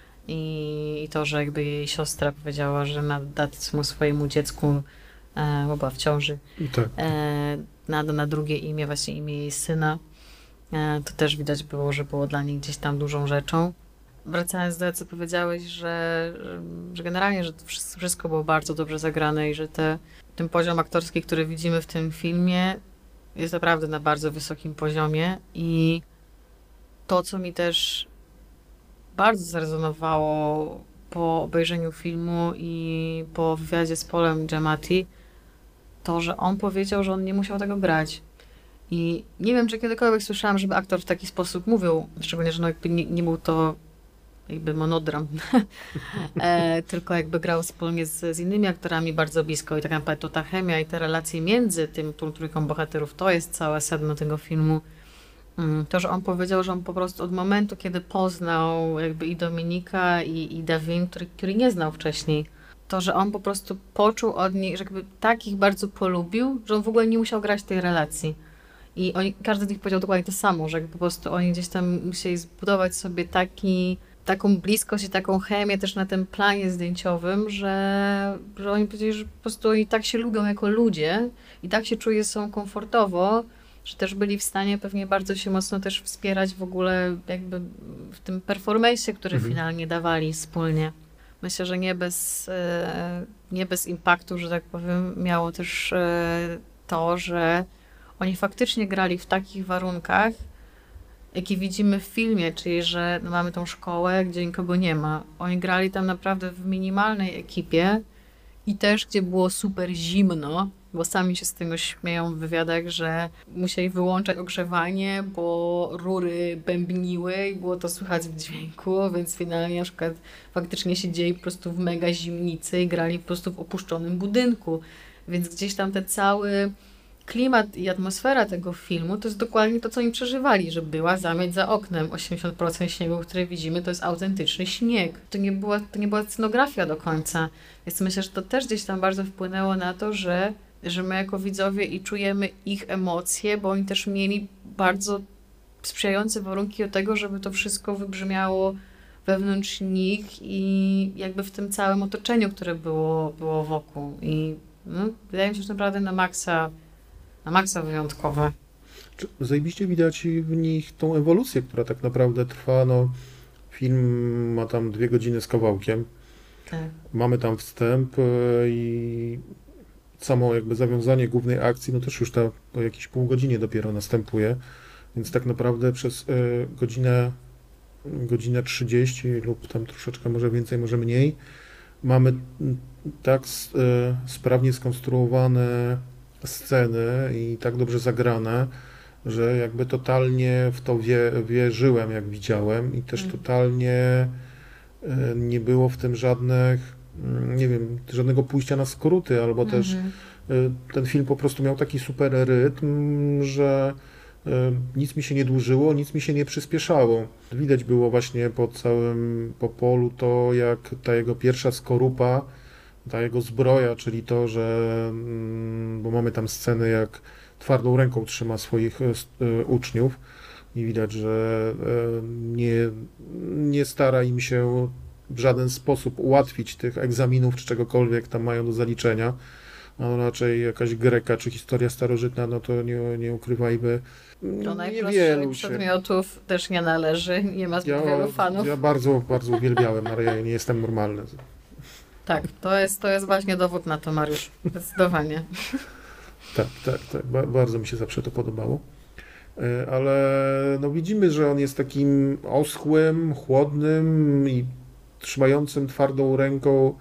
I, i to, że jakby jej siostra powiedziała, że nada mu swojemu dziecku, e, bo była w ciąży, Tak. e, nada na drugie imię, właśnie imię jej syna. E, to też widać było, że było dla niej gdzieś tam dużą rzeczą. Wracając do tego, co powiedziałeś, że, że, że generalnie, że to wszystko, wszystko było bardzo dobrze zagrane i że te, ten poziom aktorski, który widzimy w tym filmie, jest naprawdę na bardzo wysokim poziomie i to, co mi też bardzo zrezonowało po obejrzeniu filmu i po wywiadzie z Paulem Giamatti, to, że on powiedział, że on nie musiał tego grać. I nie wiem, czy kiedykolwiek słyszałam, żeby aktor w taki sposób mówił, szczególnie, że no jakby nie, nie był to jakby monodram, e, tylko jakby grał wspólnie z, z innymi aktorami bardzo blisko i tak naprawdę to ta chemia i te relacje między tym tą trójką bohaterów, to jest całe sedno tego filmu. To, że on powiedział, że on po prostu od momentu, kiedy poznał jakby i Dominika, i, i Davin, który, który nie znał wcześniej, to, że on po prostu poczuł od nich, że jakby tak ich bardzo polubił, że on w ogóle nie musiał grać tej relacji. I oni, każdy z nich powiedział dokładnie to samo, że po prostu oni gdzieś tam musieli zbudować sobie taki, taką bliskość i taką chemię też na tym planie zdjęciowym, że, że oni powiedzieli, że po prostu oni tak się lubią jako ludzie i tak się czują są komfortowo, że też byli w stanie pewnie bardzo się mocno też wspierać w ogóle jakby w tym performance'ie, który Mhm. finalnie dawali wspólnie. Myślę, że nie bez, e, nie bez impaktu, że tak powiem, miało też e, to, że oni faktycznie grali w takich warunkach, jakie widzimy w filmie, czyli że no, mamy tą szkołę, gdzie nikogo nie ma. Oni grali tam naprawdę w minimalnej ekipie i też, gdzie było super zimno, bo sami się z tego śmieją w wywiadach, że musieli wyłączać ogrzewanie, bo rury bębniły i było to słychać w dźwięku, więc finalnie na przykład faktycznie siedzieli po prostu w mega zimnicy i grali po prostu w opuszczonym budynku. Więc gdzieś tam ten cały klimat i atmosfera tego filmu to jest dokładnie to, co oni przeżywali, że była zamieć za oknem. osiemdziesiąt procent śniegu, który widzimy, to jest autentyczny śnieg. To nie była, to nie była scenografia do końca. Więc myślę, że to też gdzieś tam bardzo wpłynęło na to, że, że my jako widzowie i czujemy ich emocje, bo oni też mieli bardzo sprzyjające warunki do tego, żeby to wszystko wybrzmiało wewnątrz nich i jakby w tym całym otoczeniu, które było, było wokół. I no, wydaje mi się, że naprawdę na maksa na maksa wyjątkowe. Czy zajebiście widać w nich tą ewolucję, która tak naprawdę trwa, no film ma tam dwie godziny z kawałkiem, Tak. mamy tam wstęp e, i samo jakby zawiązanie głównej akcji, no też już ta po jakiejś pół godzinie dopiero następuje, więc tak naprawdę przez e, godzinę, godzinę trzydzieści lub tam troszeczkę może więcej, może mniej, mamy tak e, sprawnie skonstruowane sceny i tak dobrze zagrane, że jakby totalnie w to wie, wierzyłem, jak widziałem i też Mhm. totalnie e, nie było w tym żadnych, mm, nie wiem, żadnego pójścia na skróty, albo też Mhm. e, ten film po prostu miał taki super rytm, że e, nic mi się nie dłużyło, nic mi się nie przyspieszało. Widać było właśnie po całym, po polu to, jak ta jego pierwsza skorupa, ta jego zbroja, czyli to, że, mm, bo mamy tam sceny, jak twardą ręką trzyma swoich e, s- e, uczniów i widać, że e, nie, nie stara im się w żaden sposób ułatwić tych egzaminów czy czegokolwiek tam mają do zaliczenia, a raczej jakaś Greka czy historia starożytna, no to nie, nie ukrywajmy, Do najprostszych niewielu się. przedmiotów też nie należy, nie ma zbyt Ja, wielu fanów. ja bardzo, bardzo uwielbiałem, ale ja nie jestem normalny. Tak, to jest, to jest właśnie dowód na to, Mariusz. Zdecydowanie. Tak, tak, tak. Ba- bardzo mi się zawsze to podobało. E, Ale no widzimy, że on jest takim oschłym, chłodnym i trzymającym twardą ręką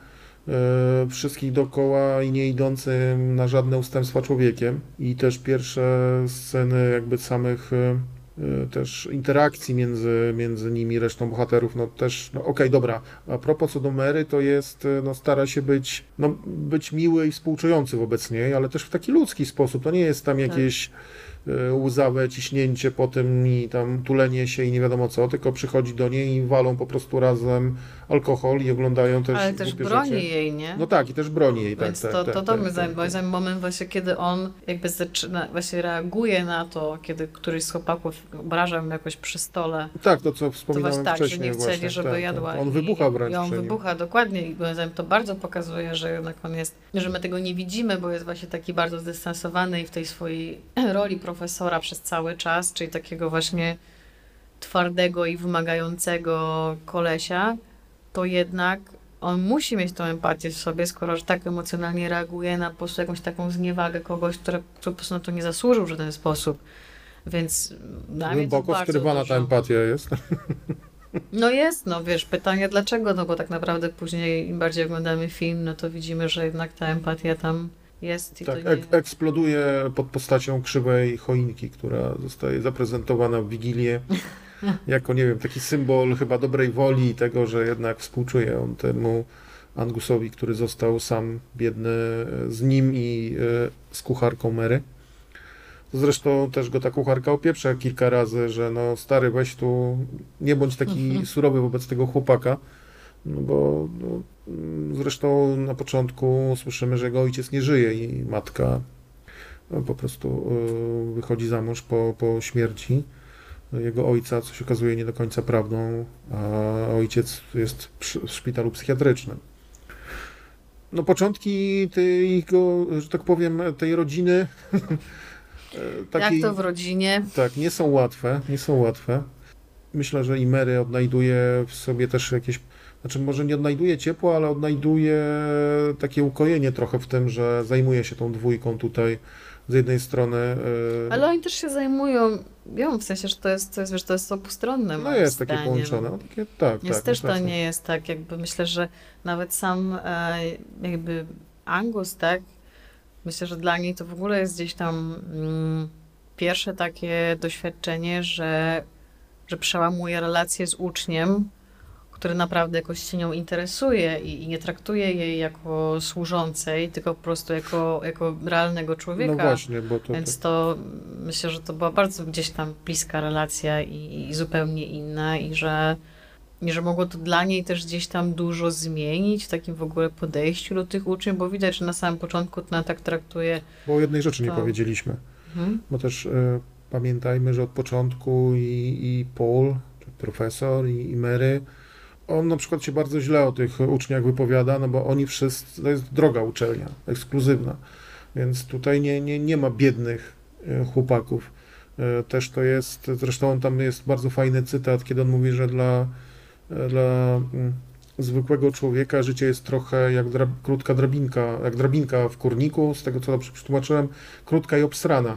e, wszystkich dookoła i nie idącym na żadne ustępstwa człowiekiem. I też pierwsze sceny jakby samych e, e, też interakcji między, między nimi, resztą bohaterów, no też, no okej, dobra, a propos co do Mary, to jest, e, no stara się być, no być miły i współczujący wobec niej, ale też w taki ludzki sposób, to nie jest tam jakieś e, łzawe ciśnięcie po tym i tam tulenie się i nie wiadomo co, tylko przychodzi do niej i walą po prostu razem alkohol i oglądają też Ale też głupie broni rzeczy. jej, nie? No tak, i też broni jej, tak, Więc tak, to, tak, to, to tak, mnie tak, zajmuje, tak. zajmuje moment właśnie, kiedy on jakby zaczyna, właśnie reaguje na to, kiedy któryś z chłopaków obraża ją jakoś przy stole. Tak, to co To wspominałem właśnie tak, że wcześniej nie chcieli, właśnie, żeby tak, jadła. tak. On i, wybucha wręcz I on przy nim. wybucha, dokładnie. I moim zdaniem to bardzo pokazuje, że jednak on jest, że my tego nie widzimy, bo jest właśnie taki bardzo zdystansowany i w tej swojej roli profesora przez cały czas, czyli takiego właśnie twardego i wymagającego kolesia, to jednak on musi mieć tą empatię w sobie, skoro że tak emocjonalnie reaguje na po prostu jakąś taką zniewagę kogoś, który, który po prostu na to nie zasłużył w żaden sposób. Więc dla mnie to Głęboko bardzo skrywana dużo. ta empatia jest. No jest, no wiesz, pytanie dlaczego, no bo tak naprawdę później im bardziej oglądamy film, no to widzimy, że jednak ta empatia tam jest i Tak, to nie... ek- eksploduje pod postacią krzywej choinki, która zostaje zaprezentowana w Wigilię jako, nie wiem, taki symbol chyba dobrej woli i tego, że jednak współczuje on temu Angusowi, który został sam biedny e, z nim i e, z kucharką Mary. To zresztą też go ta kucharka opieprza kilka razy, że no stary, weź tu, nie bądź taki surowy wobec tego chłopaka, no bo no, mm, zresztą na początku słyszymy, że jego ojciec nie żyje i matka no, po prostu y, wychodzi za mąż po, po śmierci jego ojca, co się okazuje nie do końca prawdą, a ojciec jest przy, w szpitalu psychiatrycznym. No początki tego, że tak powiem, tej rodziny e, takiej, Jak to w rodzinie? tak, nie są łatwe, nie są łatwe. Myślę, że i Mary odnajduje w sobie też jakieś, znaczy może nie odnajduje ciepło, ale odnajduje takie ukojenie trochę w tym, że zajmuje się tą dwójką tutaj z jednej strony. e, Ale oni też się zajmują, ja w sensie, że to jest, to jest, wiesz, to jest obustronne. No moim jest takie zdaniem. połączone. No, takie, tak, Jest tak. też masz to rację. nie jest tak, jakby myślę, że nawet sam e, jakby Angus, tak? Myślę, że dla niej to w ogóle jest gdzieś tam mm, pierwsze takie doświadczenie, że, że przełamuje relację z uczniem, który naprawdę jakoś się nią interesuje i, i nie traktuje jej jako służącej, tylko po prostu jako, jako realnego człowieka. No właśnie, bo to Więc tak, to myślę, że to była bardzo gdzieś tam bliska relacja i, i zupełnie inna i że, i że mogło to dla niej też gdzieś tam dużo zmienić w takim w ogóle podejściu do tych uczniów, bo widać, że na samym początku to ona tak traktuje. bo o jednej rzeczy nie to- powiedzieliśmy, Mhm. bo też e, pamiętajmy, że od początku i, i Paul, czy profesor, i, i Mary, on na przykład się bardzo źle o tych uczniach wypowiada, no bo oni wszyscy, to jest droga uczelnia, ekskluzywna, więc tutaj nie, nie, nie ma biednych e, chłopaków. E, Też to jest, zresztą tam jest bardzo fajny cytat, kiedy on mówi, że dla, e, dla mm, zwykłego człowieka życie jest trochę jak drab, krótka drabinka, jak drabinka w kurniku, z tego co dobrze przetłumaczyłem, krótka i obsrana.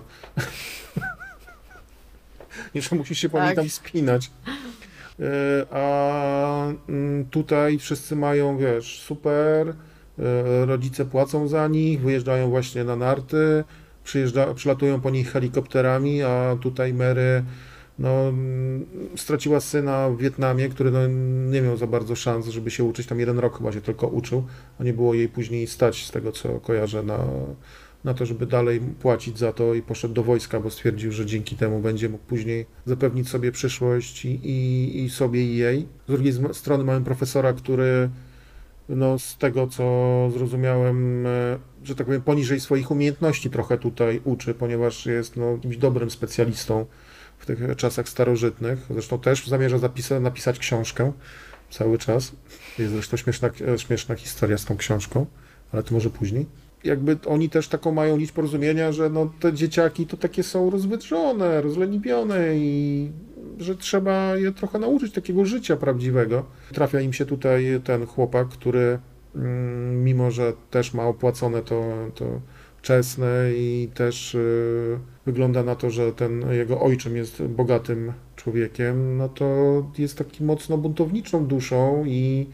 Nie, że musisz się po niej Tak. tam spinać. E, A mm, tutaj wszyscy mają, wiesz, super, e, rodzice płacą za nich, wyjeżdżają właśnie na narty, przyjeżdża, przylatują po nich helikopterami, a tutaj Mary no, straciła syna w Wietnamie, który no, nie miał za bardzo szans, żeby się uczyć. Tam jeden rok chyba się tylko uczył, a nie było jej później stać, z tego co kojarzę, na, na to, żeby dalej płacić za to i poszedł do wojska, bo stwierdził, że dzięki temu będzie mógł później zapewnić sobie przyszłość i, i, i sobie i jej. Z drugiej strony mamy profesora, który no, z tego co zrozumiałem, że tak powiem, poniżej swoich umiejętności trochę tutaj uczy, ponieważ jest no, jakimś dobrym specjalistą w tych czasach starożytnych. Zresztą też zamierza zapisa- napisać książkę cały czas. Jest zresztą śmieszna, śmieszna historia z tą książką, ale to może później. Jakby oni też taką mają nić porozumienia, że no, te dzieciaki to takie są rozwydrzone, rozleniwione i że trzeba je trochę nauczyć takiego życia prawdziwego. Trafia im się tutaj ten chłopak, który mm, mimo, że też ma opłacone to, to czesne i też y, wygląda na to, że ten jego ojczym jest bogatym człowiekiem, no to jest taki mocno buntowniczą duszą i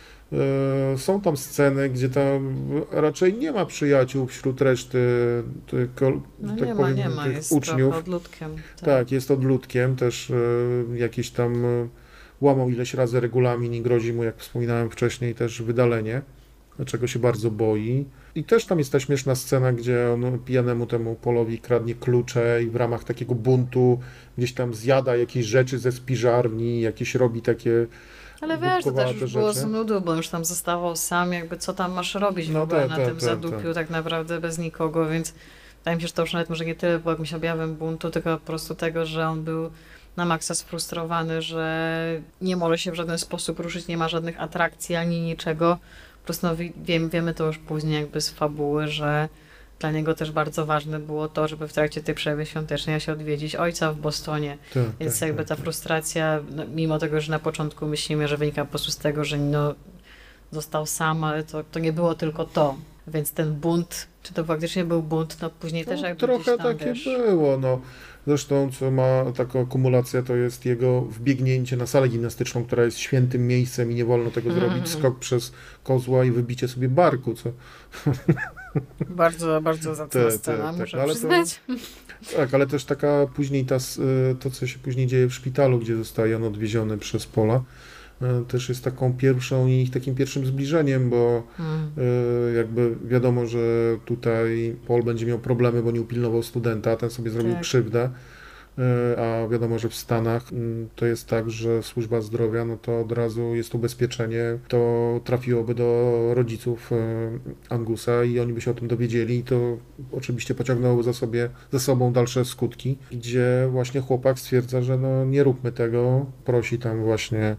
y, są tam sceny, gdzie tam raczej nie ma przyjaciół wśród reszty tych, No tak nie ma, powiem, nie ma, tych jest uczniów. trochę odludkiem. Tak, jest odludkiem, też y, jakiś tam y, łamał ileś razy regulamin i grozi mu, jak wspominałem wcześniej, też wydalenie, czego się bardzo boi. I też tam jest ta śmieszna scena, gdzie on pijanemu temu Polowi kradnie klucze i w ramach takiego buntu gdzieś tam zjada jakieś rzeczy ze spiżarni, jakieś robi takie Ale wiesz, to też głupkowate już było z rzeczy. nudu, bo już tam zostawał sam, jakby co tam masz robić w No ogóle tak, na tak, tym tak, zadupiu, tak naprawdę bez nikogo, więc wydaje mi się, że to już nawet może nie tyle było jakimś objawem buntu, tylko po prostu tego, że on był na maksa sfrustrowany, że nie może się w żaden sposób ruszyć, nie ma żadnych atrakcji ani niczego. Po prostu no, wiem, wiemy to już później jakby z fabuły, że dla niego też bardzo ważne było to, żeby w trakcie tej przerwy świątecznej się odwiedzić ojca w Bostonie. Tak, Więc tak, jakby tak, ta tak. frustracja, no, mimo tego, że na początku myślimy, że wynika po prostu z tego, że no, został sam, ale to, to nie było tylko to. Więc ten bunt, czy to faktycznie był bunt, no później też No, jakby trochę gdzieś tam, takie wiesz, było, no. Zresztą, co ma taką akumulację, to jest jego wbiegnięcie na salę gimnastyczną, która jest świętym miejscem i nie wolno tego zrobić, skok przez kozła i wybicie sobie barku, co... bardzo, bardzo zacna Te- te- scena, tak, muszę no ale to- przyznać. Tak, ale też taka później ta, s- y, to, co się później dzieje w szpitalu, gdzie zostaje on odwieziony przez Pola, y, też jest taką pierwszą i ich takim pierwszym zbliżeniem, bo Mm. y, jakby wiadomo, że tutaj Paul będzie miał problemy, bo nie upilnował studenta, a ten sobie zrobił Tak. krzywdę, y, a wiadomo, że w Stanach y, to jest tak, że służba zdrowia, no to od razu jest ubezpieczenie, to trafiłoby do rodziców y, Angusa i oni by się o tym dowiedzieli i to oczywiście pociągnęłoby za, sobie, za sobą dalsze skutki, gdzie właśnie chłopak stwierdza, że no nie róbmy tego, prosi tam właśnie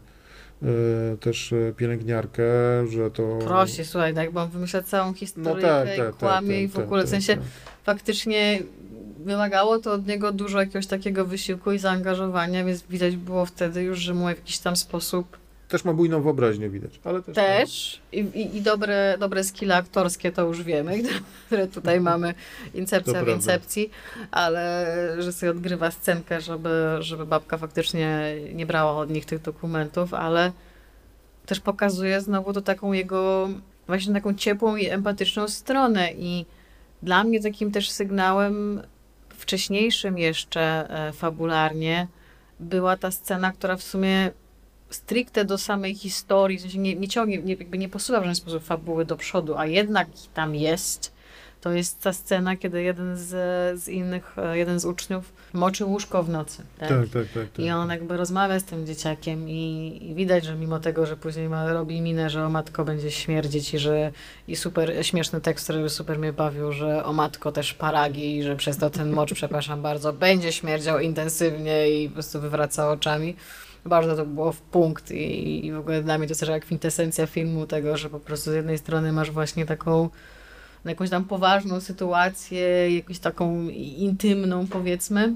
y, też y, pielęgniarkę, że to... Prosi, słuchaj, tak, bo on wymyśla całą historię No tak, i tak, kłamie tak, i w tak, ogóle, w tak, sensie tak. faktycznie wymagało to od niego dużo jakiegoś takiego wysiłku i zaangażowania, więc widać było wtedy już, że mu w jakiś tam sposób Też ma bujną wyobraźnię widać, ale też... też i, i, i dobre, dobre skille aktorskie to już wiemy, które tutaj mamy, To incepcja w prawda. incepcji, ale że sobie odgrywa scenkę, żeby, żeby babka faktycznie nie brała od nich tych dokumentów, ale też pokazuje znowu to taką jego właśnie taką ciepłą i empatyczną stronę i dla mnie takim też sygnałem wcześniejszym jeszcze e, fabularnie była ta scena, która w sumie stricte do samej historii, w sensie nie, nie ciągnie, nie, jakby nie posuwa w żaden sposób fabuły do przodu, a jednak tam jest. To jest ta scena, kiedy jeden z, z innych, e, jeden z uczniów moczy łóżko w nocy. Tak? Tak, tak, tak. tak. I on jakby rozmawia z tym dzieciakiem i, i widać, że mimo tego, że później ma, robi minę, że o matko będzie śmierdzić i że i super śmieszny tekst, który super mnie bawił, że o matko też paragi i że przez to ten mocz, przepraszam bardzo, będzie śmierdział intensywnie i po prostu wywraca oczami. Bardzo to było w punkt i, i w ogóle dla mnie to jest też jak kwintesencja filmu tego, że po prostu z jednej strony masz właśnie taką jakąś tam poważną sytuację, jakąś taką intymną powiedzmy,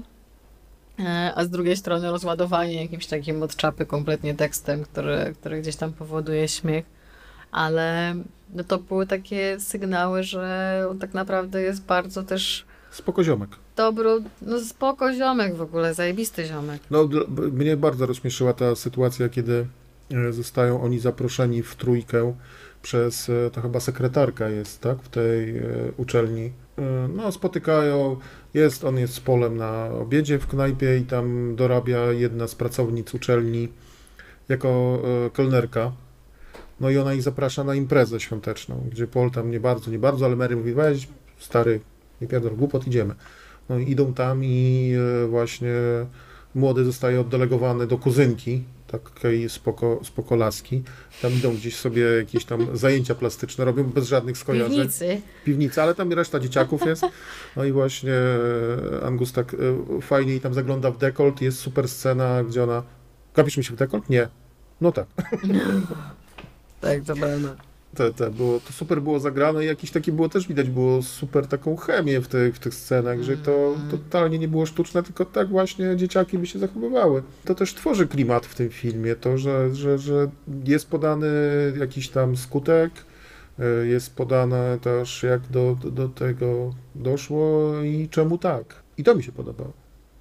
e, a z drugiej strony rozładowanie jakimś takim od czapy kompletnie tekstem, który, który gdzieś tam powoduje śmiech, ale no to były takie sygnały, że on tak naprawdę jest bardzo też Spoko ziomek. dobro, no spoko ziomek w ogóle, zajebisty ziomek. No, dla- b- mnie bardzo rozśmieszyła ta sytuacja, kiedy e, zostają oni zaproszeni w trójkę przez, e, to chyba sekretarka jest, tak, w tej e, uczelni. E, No, spotykają, jest, on jest z Polem na obiedzie w knajpie i tam dorabia jedna z pracownic uczelni jako e, kelnerka. No i ona ich zaprasza na imprezę świąteczną, gdzie Paul tam nie bardzo, nie bardzo, ale Mary mówi, weź stary, nie pierdol głupot, idziemy. No i idą tam i e, właśnie młody zostaje oddelegowany do kuzynki, takiej spoko, spoko laski. Tam idą gdzieś sobie jakieś tam zajęcia plastyczne, robią bez żadnych skojarzeń. Piwnicy. Piwnica, ale tam reszta dzieciaków jest. No i właśnie e, Angus tak e, fajnie i tam zagląda w dekolt. Jest super scena, gdzie ona... Gapisz mi się w dekolt? Nie. No tak. Tak, to prawda. Te, te, było, to super było zagrane i jakieś takie było też widać, było super taką chemię w tych, w tych scenach, że to totalnie nie było sztuczne, tylko tak właśnie dzieciaki by się zachowywały. To też tworzy klimat w tym filmie, to, że, że, że jest podany jakiś tam skutek, y, jest podane też jak do, do, do tego doszło i czemu tak. I to mi się podobało.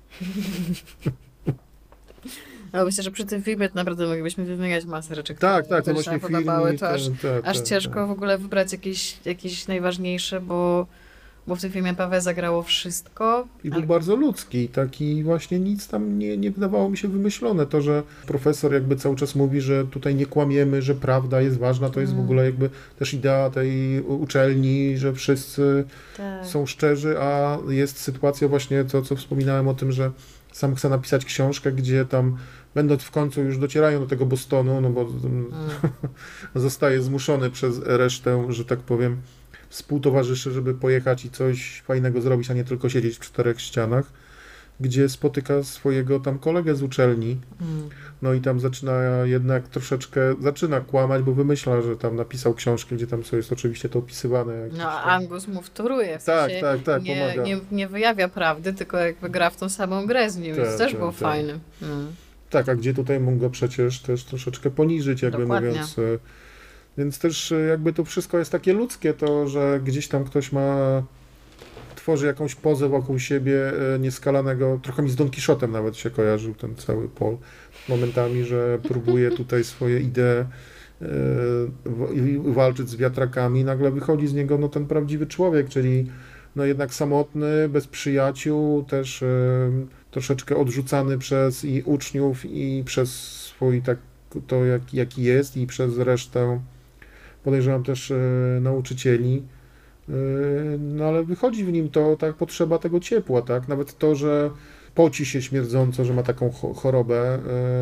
No myślę, że przy tym filmie to naprawdę moglibyśmy wymieniać masę rzeczy, które Tak, tak, to które właśnie się nam podobały, filmik, to aż, tak, tak, aż tak, ciężko tak. w ogóle wybrać jakieś, jakieś najważniejsze, bo, bo w tym filmie Paweł zagrało wszystko. I był ale- bardzo ludzki, taki właśnie nic tam nie, nie wydawało mi się wymyślone. To, że profesor jakby cały czas mówi, że tutaj nie kłamiemy, że prawda jest ważna, to jest w Mm. ogóle jakby też idea tej u- uczelni, że wszyscy Tak. są szczerzy, a jest sytuacja właśnie to, co wspominałem o tym, że sam chce napisać książkę, gdzie tam będąc w końcu już docierają do tego Bostonu, no bo mm, Mm. zostaje zmuszony przez resztę, że tak powiem, współtowarzyszy, żeby pojechać i coś fajnego zrobić, a nie tylko siedzieć w czterech ścianach, gdzie spotyka swojego tam kolegę z uczelni, Mm. no i tam zaczyna jednak troszeczkę, zaczyna kłamać, bo wymyśla, że tam napisał książkę, gdzie tam co jest oczywiście to opisywane. jakieś No, a tam- Angus mu wtóruje, w Tak, sensie tak, tak, nie, pomaga. nie, nie wyjawia prawdy, tylko jakby gra w tą samą grę z nim, Tak, więc też tak, było tak. fajne. Mm. Tak, a gdzie tutaj mógł go przecież też troszeczkę poniżyć, jakby Dokładnie. mówiąc. e, Więc też e, jakby to wszystko jest takie ludzkie, to, że gdzieś tam ktoś ma, tworzy jakąś pozę wokół siebie e, nieskalanego, trochę mi z Don Quixotem nawet się kojarzył ten cały Paul, momentami, że próbuje tutaj swoje idee e, w- i walczyć z wiatrakami, nagle wychodzi z niego no, ten prawdziwy człowiek, czyli no jednak samotny, bez przyjaciół, też e, troszeczkę odrzucany przez i uczniów, i przez swój tak, to jak, jaki jest, i przez resztę, podejrzewam też e, nauczycieli. E, no ale wychodzi w nim to, tak, potrzeba tego ciepła, tak? Nawet to, że poci się śmierdząco, że ma taką cho- chorobę, e,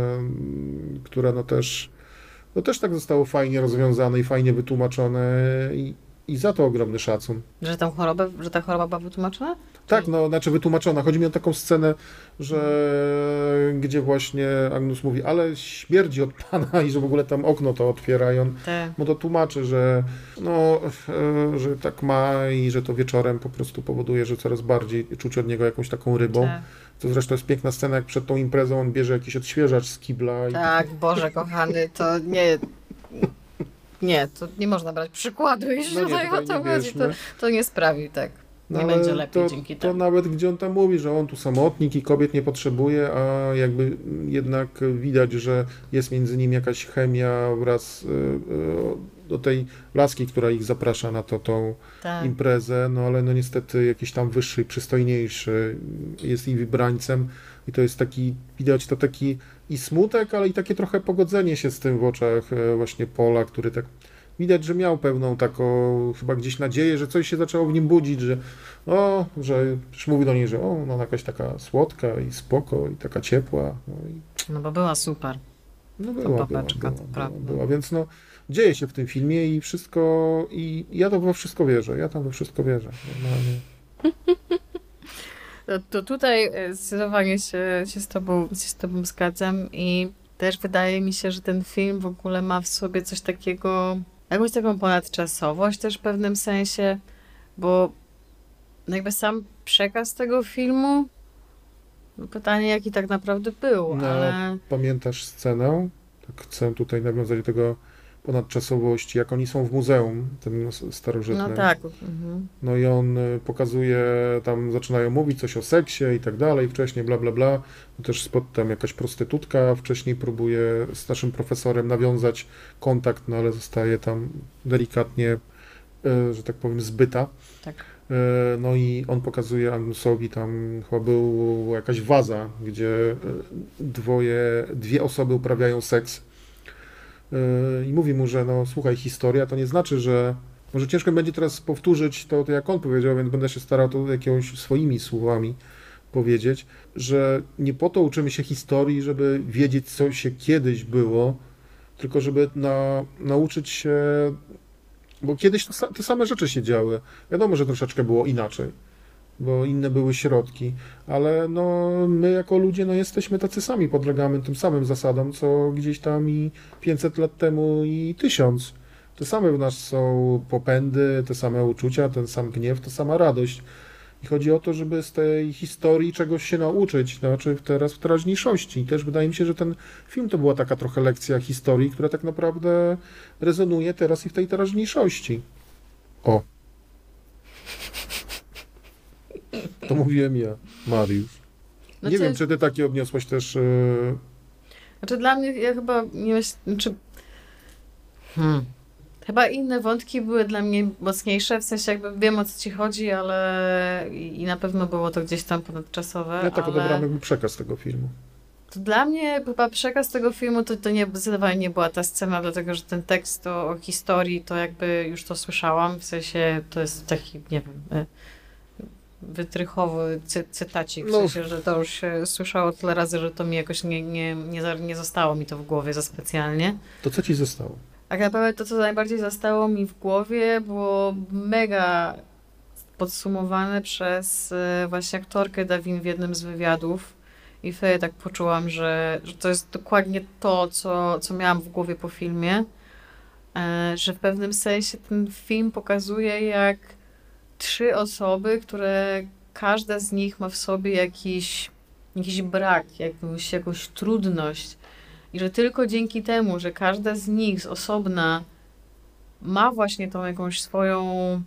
która no też, no też tak zostało fajnie rozwiązane i fajnie wytłumaczone i, i za to ogromny szacun. Że tą chorobę, że ta choroba była wytłumaczona? Tak, no, znaczy wytłumaczona. Chodzi mi o taką scenę, że gdzie właśnie Agnus mówi, ale śmierdzi od pana i że w ogóle tam okno to otwiera i on Te. mu to tłumaczy, że no, e, że tak ma i że to wieczorem po prostu powoduje, że coraz bardziej czuć od niego jakąś taką rybą. te. To zresztą jest piękna scena, jak przed tą imprezą on bierze jakiś odświeżacz z kibla i Tak, Boże kochany, to nie... Nie, to nie można brać przykładu, jeśli No nie, tutaj o tutaj to nie chodzi, to, bierzmy. to nie sprawi, tak. No Nie ale będzie lepiej to, dzięki to temu. nawet gdzie on tam mówi, że on tu samotnik i kobiet nie potrzebuje, a jakby jednak widać, że jest między nimi jakaś chemia wraz y, y, do tej laski, która ich zaprasza na to, tą Tak. imprezę, no ale no niestety jakiś tam wyższy, przystojniejszy jest i wybrańcem i to jest taki, widać to taki i smutek, ale i takie trochę pogodzenie się z tym w oczach e, właśnie Paula, który tak widać, że miał pewną taką chyba gdzieś nadzieję, że coś się zaczęło w nim budzić, że o, że przecież mówi do niej, że o, no jakaś taka słodka i spoko i taka ciepła, no i No bo była super. no była, była, babeczka, była, to była, prawda. była, więc no dzieje się w tym filmie i wszystko, i ja to we wszystko wierzę, ja tam we wszystko wierzę, normalnie. To, to tutaj e, zdecydowanie się, się, z tobą, się z tobą zgadzam i też wydaje mi się, że ten film w ogóle ma w sobie coś takiego, jakąś taką ponadczasowość też w pewnym sensie, bo no jakby sam przekaz tego filmu, no pytanie jaki tak naprawdę był, No, ale Pamiętasz scenę? Tak chcę tutaj nawiązać do tego ponadczasowości, jak oni są w muzeum, tym s- starożytnym. No tak. Mhm. No i on y, pokazuje, tam zaczynają mówić coś o seksie i tak dalej, wcześniej bla bla bla. No też spod tam jakaś prostytutka wcześniej próbuje z naszym profesorem nawiązać kontakt, no ale zostaje tam delikatnie, y, że tak powiem, zbyta. Tak. Y, No i on pokazuje Agnusowi, tam chyba była jakaś waza, gdzie y, dwoje, dwie osoby uprawiają seks. Y, I mówi mu, że no słuchaj, historia to nie znaczy, że może ciężko mi będzie teraz powtórzyć to, to jak on powiedział, więc będę się starał to jakimiś swoimi słowami powiedzieć, że nie po to uczymy się historii, żeby wiedzieć, co się kiedyś było, tylko żeby na, nauczyć się, bo kiedyś to, sa- te same rzeczy się działy. Wiadomo, że troszeczkę było inaczej, bo inne były środki, ale no my jako ludzie no jesteśmy tacy sami, podlegamy tym samym zasadom, co gdzieś tam i pięćset lat temu i tysiąc. Te same w nas są popędy, te same uczucia, ten sam gniew, ta sama radość. I chodzi o to, żeby z tej historii czegoś się nauczyć, znaczy teraz w teraźniejszości. I też wydaje mi się, że ten film to była taka trochę lekcja historii, która tak naprawdę rezonuje teraz i w tej teraźniejszości. O. To mówiłem ja, Mariusz. No Nie co- wiem, czy ty takie odniosłeś też. Yy... Znaczy dla mnie, ja chyba nie myślę, czy... Hmm. Chyba inne wątki były dla mnie mocniejsze, w sensie jakby wiem o co ci chodzi, ale i i na pewno było to gdzieś tam ponadczasowe, Ja tak ale odebrałem jakby przekaz tego filmu. to dla mnie chyba przekaz tego filmu to, to nie, zdecydowanie nie była ta scena, dlatego że ten tekst o, o historii to jakby już to słyszałam, w sensie to jest taki, nie wiem, y, wytrychowy cy, cytacik, w No. sensie, że to już się słyszało tyle razy, że to mi jakoś nie, nie, nie, za- nie zostało mi to w głowie za specjalnie. To co ci zostało? Tak naprawdę to, co najbardziej zostało mi w głowie, było mega podsumowane przez e, właśnie aktorkę Davin w jednym z wywiadów. I wtedy tak poczułam, że, że to jest dokładnie to, co, co miałam w głowie po filmie. E, że w pewnym sensie ten film pokazuje, jak trzy osoby, które każda z nich ma w sobie jakiś, jakiś brak, jakąś, jakąś trudność. I że tylko dzięki temu, że każda z nich z osobna ma właśnie tą jakąś swoją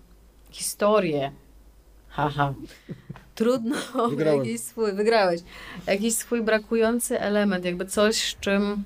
historię, haha, trudno, Wygrałem. jakiś swój, wygrałeś, jakiś swój brakujący element, jakby coś, z czym,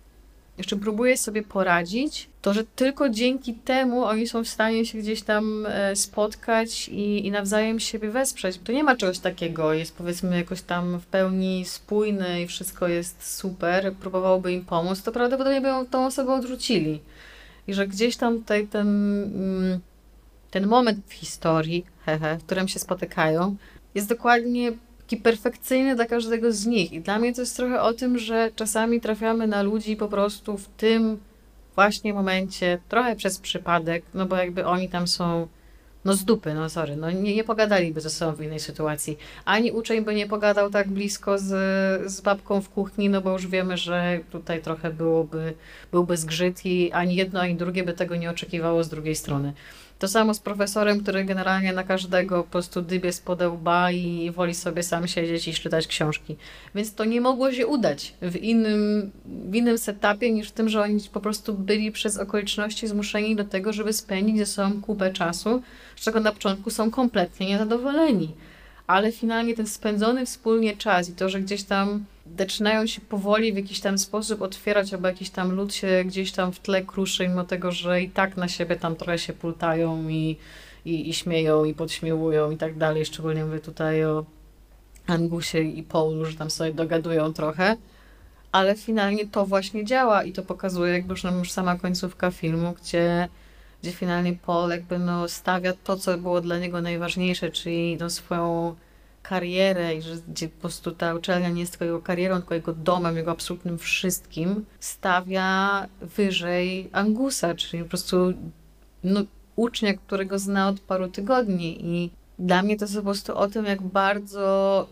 z czym próbuje sobie poradzić, to że tylko dzięki temu oni są w stanie się gdzieś tam e, spotkać i, i nawzajem siebie wesprzeć. To nie ma czegoś takiego, jest powiedzmy jakoś tam w pełni spójny i wszystko jest super, próbowałby im pomóc, to prawdopodobnie by ją- tą osobę odrzucili. I że gdzieś tam tutaj ten, mm, ten moment w historii, hehe, w którym się spotykają, jest dokładnie taki perfekcyjny dla każdego z nich. I dla mnie to jest trochę o tym, że czasami trafiamy na ludzi po prostu w tym właśnie momencie, trochę przez przypadek, no bo jakby oni tam są, no z dupy, no sorry, no nie, nie pogadaliby ze sobą w innej sytuacji. Ani uczeń by nie pogadał tak blisko z, z babką w kuchni, no bo już wiemy, że tutaj trochę byłoby, byłby zgrzyt i ani jedno, ani drugie by tego nie oczekiwało z drugiej strony. To samo z profesorem, który generalnie na każdego po prostu dybie spod łba i woli sobie sam siedzieć i czytać książki. Więc to nie mogło się udać w innym, w innym setupie niż w tym, że oni po prostu byli przez okoliczności zmuszeni do tego, żeby spędzić ze sobą kupę czasu, z czego na początku są kompletnie niezadowoleni. Ale finalnie ten spędzony wspólnie czas i to, że gdzieś tam zaczynają się powoli w jakiś tam sposób otwierać, albo jakiś tam lód się gdzieś tam w tle kruszy, mimo tego, że i tak na siebie tam trochę się pultają i, i, i śmieją, i podśmiewują i tak dalej. Szczególnie mówię tutaj o Angusie i Paulu, że tam sobie dogadują trochę. Ale finalnie to właśnie działa i to pokazuje jakby już, no, już sama końcówka filmu, gdzie, gdzie finalnie Paul jakby no stawia to, co było dla niego najważniejsze, czyli no swoją karierę i że gdzie po prostu ta uczelnia nie jest tylko jego karierą, tylko jego domem, jego absolutnym wszystkim, stawia wyżej Angusa, czyli po prostu no, ucznia, którego zna od paru tygodni i dla mnie to jest po prostu o tym, jak bardzo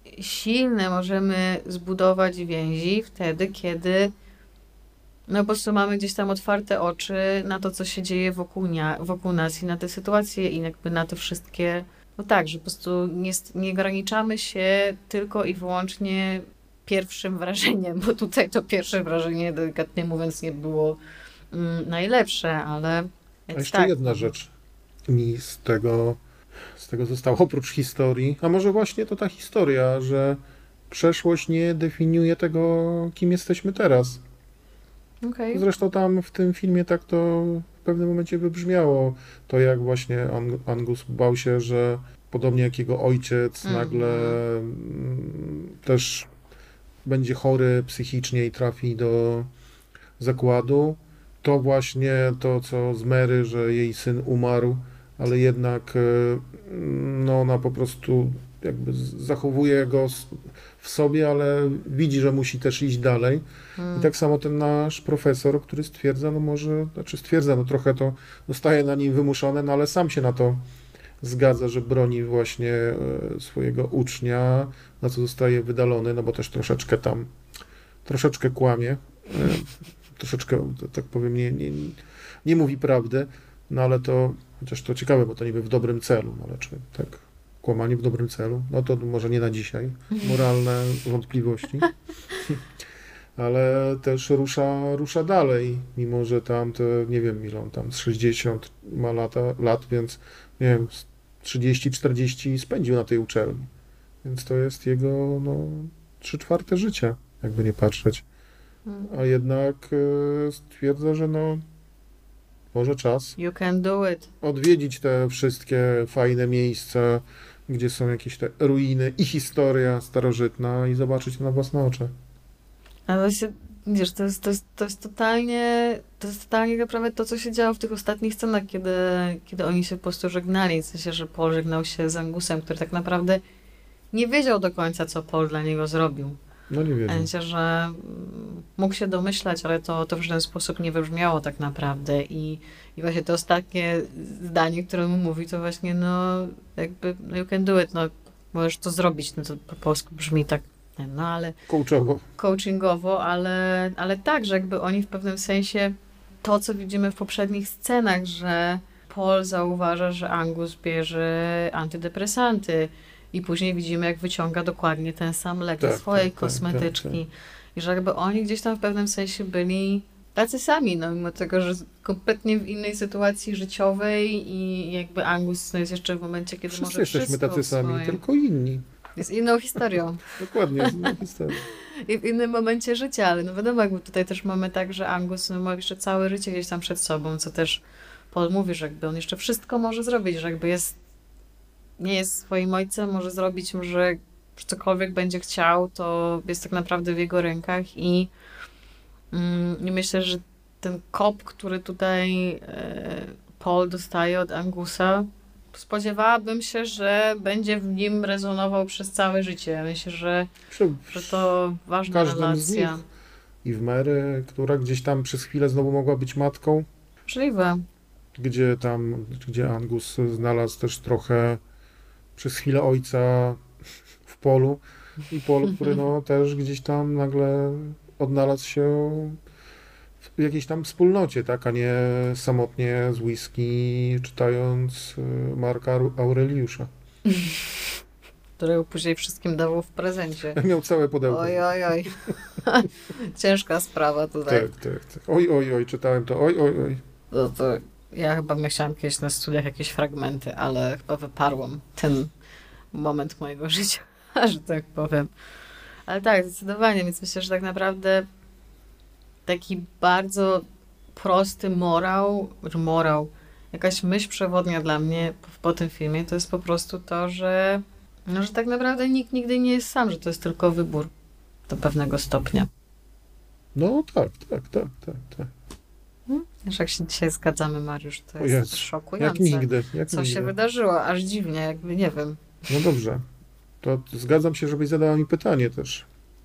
silne możemy zbudować więzi wtedy, kiedy no po prostu mamy gdzieś tam otwarte oczy na to, co się dzieje wokół, nia, wokół nas i na te sytuacje i jakby na te wszystkie, no tak, że po prostu nie, nie ograniczamy się tylko i wyłącznie pierwszym wrażeniem, bo tutaj to pierwsze wrażenie, delikatnie mówiąc, nie było mm, najlepsze, ale... A więc jeszcze tak, jedna rzecz mi z tego, z tego zostało, oprócz historii, a może właśnie to ta historia, że przeszłość nie definiuje tego, kim jesteśmy teraz. Okej. Zresztą tam w tym filmie tak to w pewnym momencie wybrzmiało, to jak właśnie Ang- Angus bał się, że podobnie jak jego ojciec Mhm. nagle mm, też będzie chory psychicznie i trafi do zakładu. To właśnie to, co z Mary, że jej syn umarł, ale jednak e, no, ona po prostu jakby z- zachowuje go s- w sobie, ale widzi, że musi też iść dalej. I tak samo ten nasz profesor, który stwierdza, no może, znaczy stwierdza, no trochę to zostaje na nim wymuszone, no ale sam się na to zgadza, że broni właśnie e, swojego ucznia, na co zostaje wydalony, no bo też troszeczkę tam, troszeczkę kłamie, e, troszeczkę, tak powiem, nie, nie, nie mówi prawdy, no ale to, chociaż to ciekawe, bo to niby w dobrym celu, no ale czy tak, kłamanie w dobrym celu, no to może nie na dzisiaj, moralne wątpliwości. Ale też rusza, rusza dalej, mimo że tam te, nie wiem ile on tam, z sześćdziesiąt ma lata, lat, więc nie wiem, z trzydzieści czterdzieści spędził na tej uczelni. Więc to jest jego, no, trzy czwarte życia, jakby nie patrzeć. A jednak e, stwierdza, że no, może czas You can do it. odwiedzić te wszystkie fajne miejsca, gdzie są jakieś te ruiny i historia starożytna i zobaczyć to na własne oczy. Ale się, wiesz, to jest, to, jest, to jest totalnie, to jest totalnie naprawdę to, co się działo w tych ostatnich scenach, kiedy, kiedy oni się po prostu żegnali. W sensie, że Paul żegnał się z Angusem, który tak naprawdę nie wiedział do końca, co Paul dla niego zrobił. No nie W wiem. sensie, że mm, mógł się domyślać, ale to, to w żaden sposób nie wybrzmiało tak naprawdę. I, I właśnie to ostatnie zdanie, które mu mówi, to właśnie, no, jakby, no, you can do it, no, możesz to zrobić. No to po polsku brzmi tak, no, ale Coachowo. coachingowo, ale, ale tak, że jakby oni w pewnym sensie to, co widzimy w poprzednich scenach, że Paul zauważa, że Angus bierze antydepresanty i później widzimy, jak wyciąga dokładnie ten sam lek Tak, ze swojej tak, tak, kosmetyczki. tak, I że jakby oni gdzieś tam w pewnym sensie byli tacy sami, no mimo tego, że kompletnie w innej sytuacji życiowej i jakby Angus no, jest jeszcze w momencie, kiedy Wszyscy może jesteśmy wszystko tacy w sami, swoim- tylko inni. Jest inną historią. Dokładnie, jest inna historia. I w innym momencie życia, ale no wiadomo, jakby tutaj też mamy tak, że Angus no, ma jeszcze całe życie gdzieś tam przed sobą, co też Paul mówi, że jakby on jeszcze wszystko może zrobić, że jakby jest, nie jest swoim ojcem, może zrobić, może cokolwiek będzie chciał, to jest tak naprawdę w jego rękach i, mm, i myślę, że ten kop, który tutaj e, Paul dostaje od Angusa, spodziewałabym się, że będzie w nim rezonował przez całe życie. Myślę, że Przy, że to ważna każdym z relacja. nich. I w Mary, która gdzieś tam przez chwilę znowu mogła być matką, Możliwe. gdzie tam, gdzie Angus znalazł też trochę przez chwilę ojca w Polu i Pol, który no też gdzieś tam nagle odnalazł się w jakiejś tam wspólnocie, tak, a nie samotnie z whisky czytając y, Marka Aureliusza. Którego później wszystkim dawał w prezencie. Miał całe pudełko. Oj, oj, oj. Ciężka sprawa tutaj. Tak, tak, tak. Oj, oj, oj, czytałem to. Oj, oj, oj. No to ja chyba myślałam kiedyś na studiach jakieś fragmenty, ale chyba wyparłam ten moment mojego życia, że tak powiem. Ale tak, zdecydowanie, więc myślę, że tak naprawdę taki bardzo prosty morał, czy morał, jakaś myśl przewodnia dla mnie po, po tym filmie, to jest po prostu to, że, no, że tak naprawdę nikt nigdy nie jest sam, że to jest tylko wybór do pewnego stopnia. No tak, tak, tak, tak, tak. Wiesz, jak się dzisiaj zgadzamy, Mariusz, to O jest Jezu, szokujące. Jak nigdy, jak Co nigdy. się wydarzyło? Aż dziwnie, jakby nie wiem. No dobrze. To zgadzam się, żebyś zadała mi pytanie też,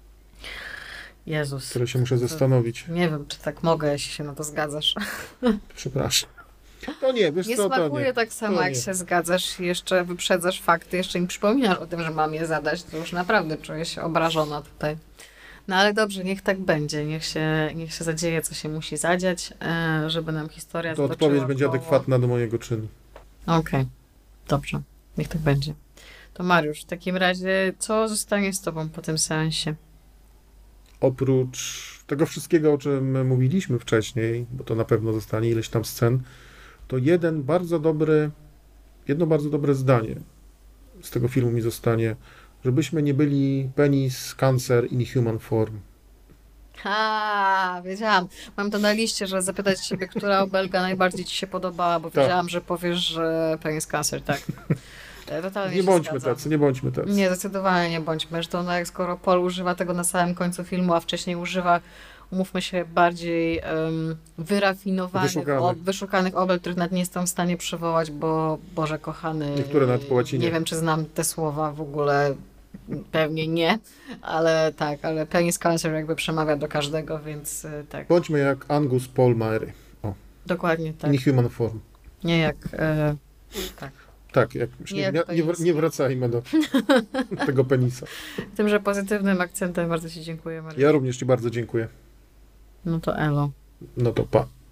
Jezus. które się muszę zastanowić. Nie wiem, czy tak mogę, jeśli się na to zgadzasz. Przepraszam. To nie, wiesz Nie co, to smakuje nie. tak samo, To jak nie. się zgadzasz i jeszcze wyprzedzasz fakty, jeszcze mi przypominasz o tym, że mam je zadać, to już naprawdę czuję się obrażona tutaj. No ale dobrze, niech tak będzie, niech się, niech się zadzieje, co się musi zadziać, e, żeby nam historia To stoczyła odpowiedź będzie koło. adekwatna do mojego czynu. Okej, dobrze, niech tak będzie. To Mariusz, w takim razie, co zostanie z tobą po tym seansie? oprócz tego wszystkiego, o czym mówiliśmy wcześniej, bo to na pewno zostanie ileś tam scen, to jeden bardzo dobry, jedno bardzo dobre zdanie z tego filmu mi zostanie, żebyśmy nie byli penis, cancer, inhuman form. Ha, wiedziałam. Mam to na liście, że zapytać ciebie, która obelga najbardziej ci się podobała, bo Tak. wiedziałam, że powiesz, że penis cancer, tak. E, Totalnie Nie się bądźmy zgadzam. tacy, nie bądźmy tacy. Nie, zdecydowanie nie bądźmy. Zresztą, no jak skoro Paul używa tego na samym końcu filmu, a wcześniej używa, umówmy się, bardziej um, wyrafinowanych, Wyszukanych. ob, wyszukanych obel, których nawet nie jestem w stanie przywołać, bo Boże kochany, Niektóre nawet po łacinie. nie wiem, czy znam te słowa w ogóle, pewnie nie, ale tak, ale penis cancer jakby przemawia do każdego, więc y, tak, Bądźmy jak Angus Paul Murray. dokładnie tak. Inhuman form. Nie jak, e, tak. Tak, jak, już Nie nie, jak nie, nie, penis. wr- nie wracajmy do tego penisa. Tymże pozytywnym akcentem bardzo ci dziękuję, Maria. Ja również Ci bardzo dziękuję. No to elo. No to pa.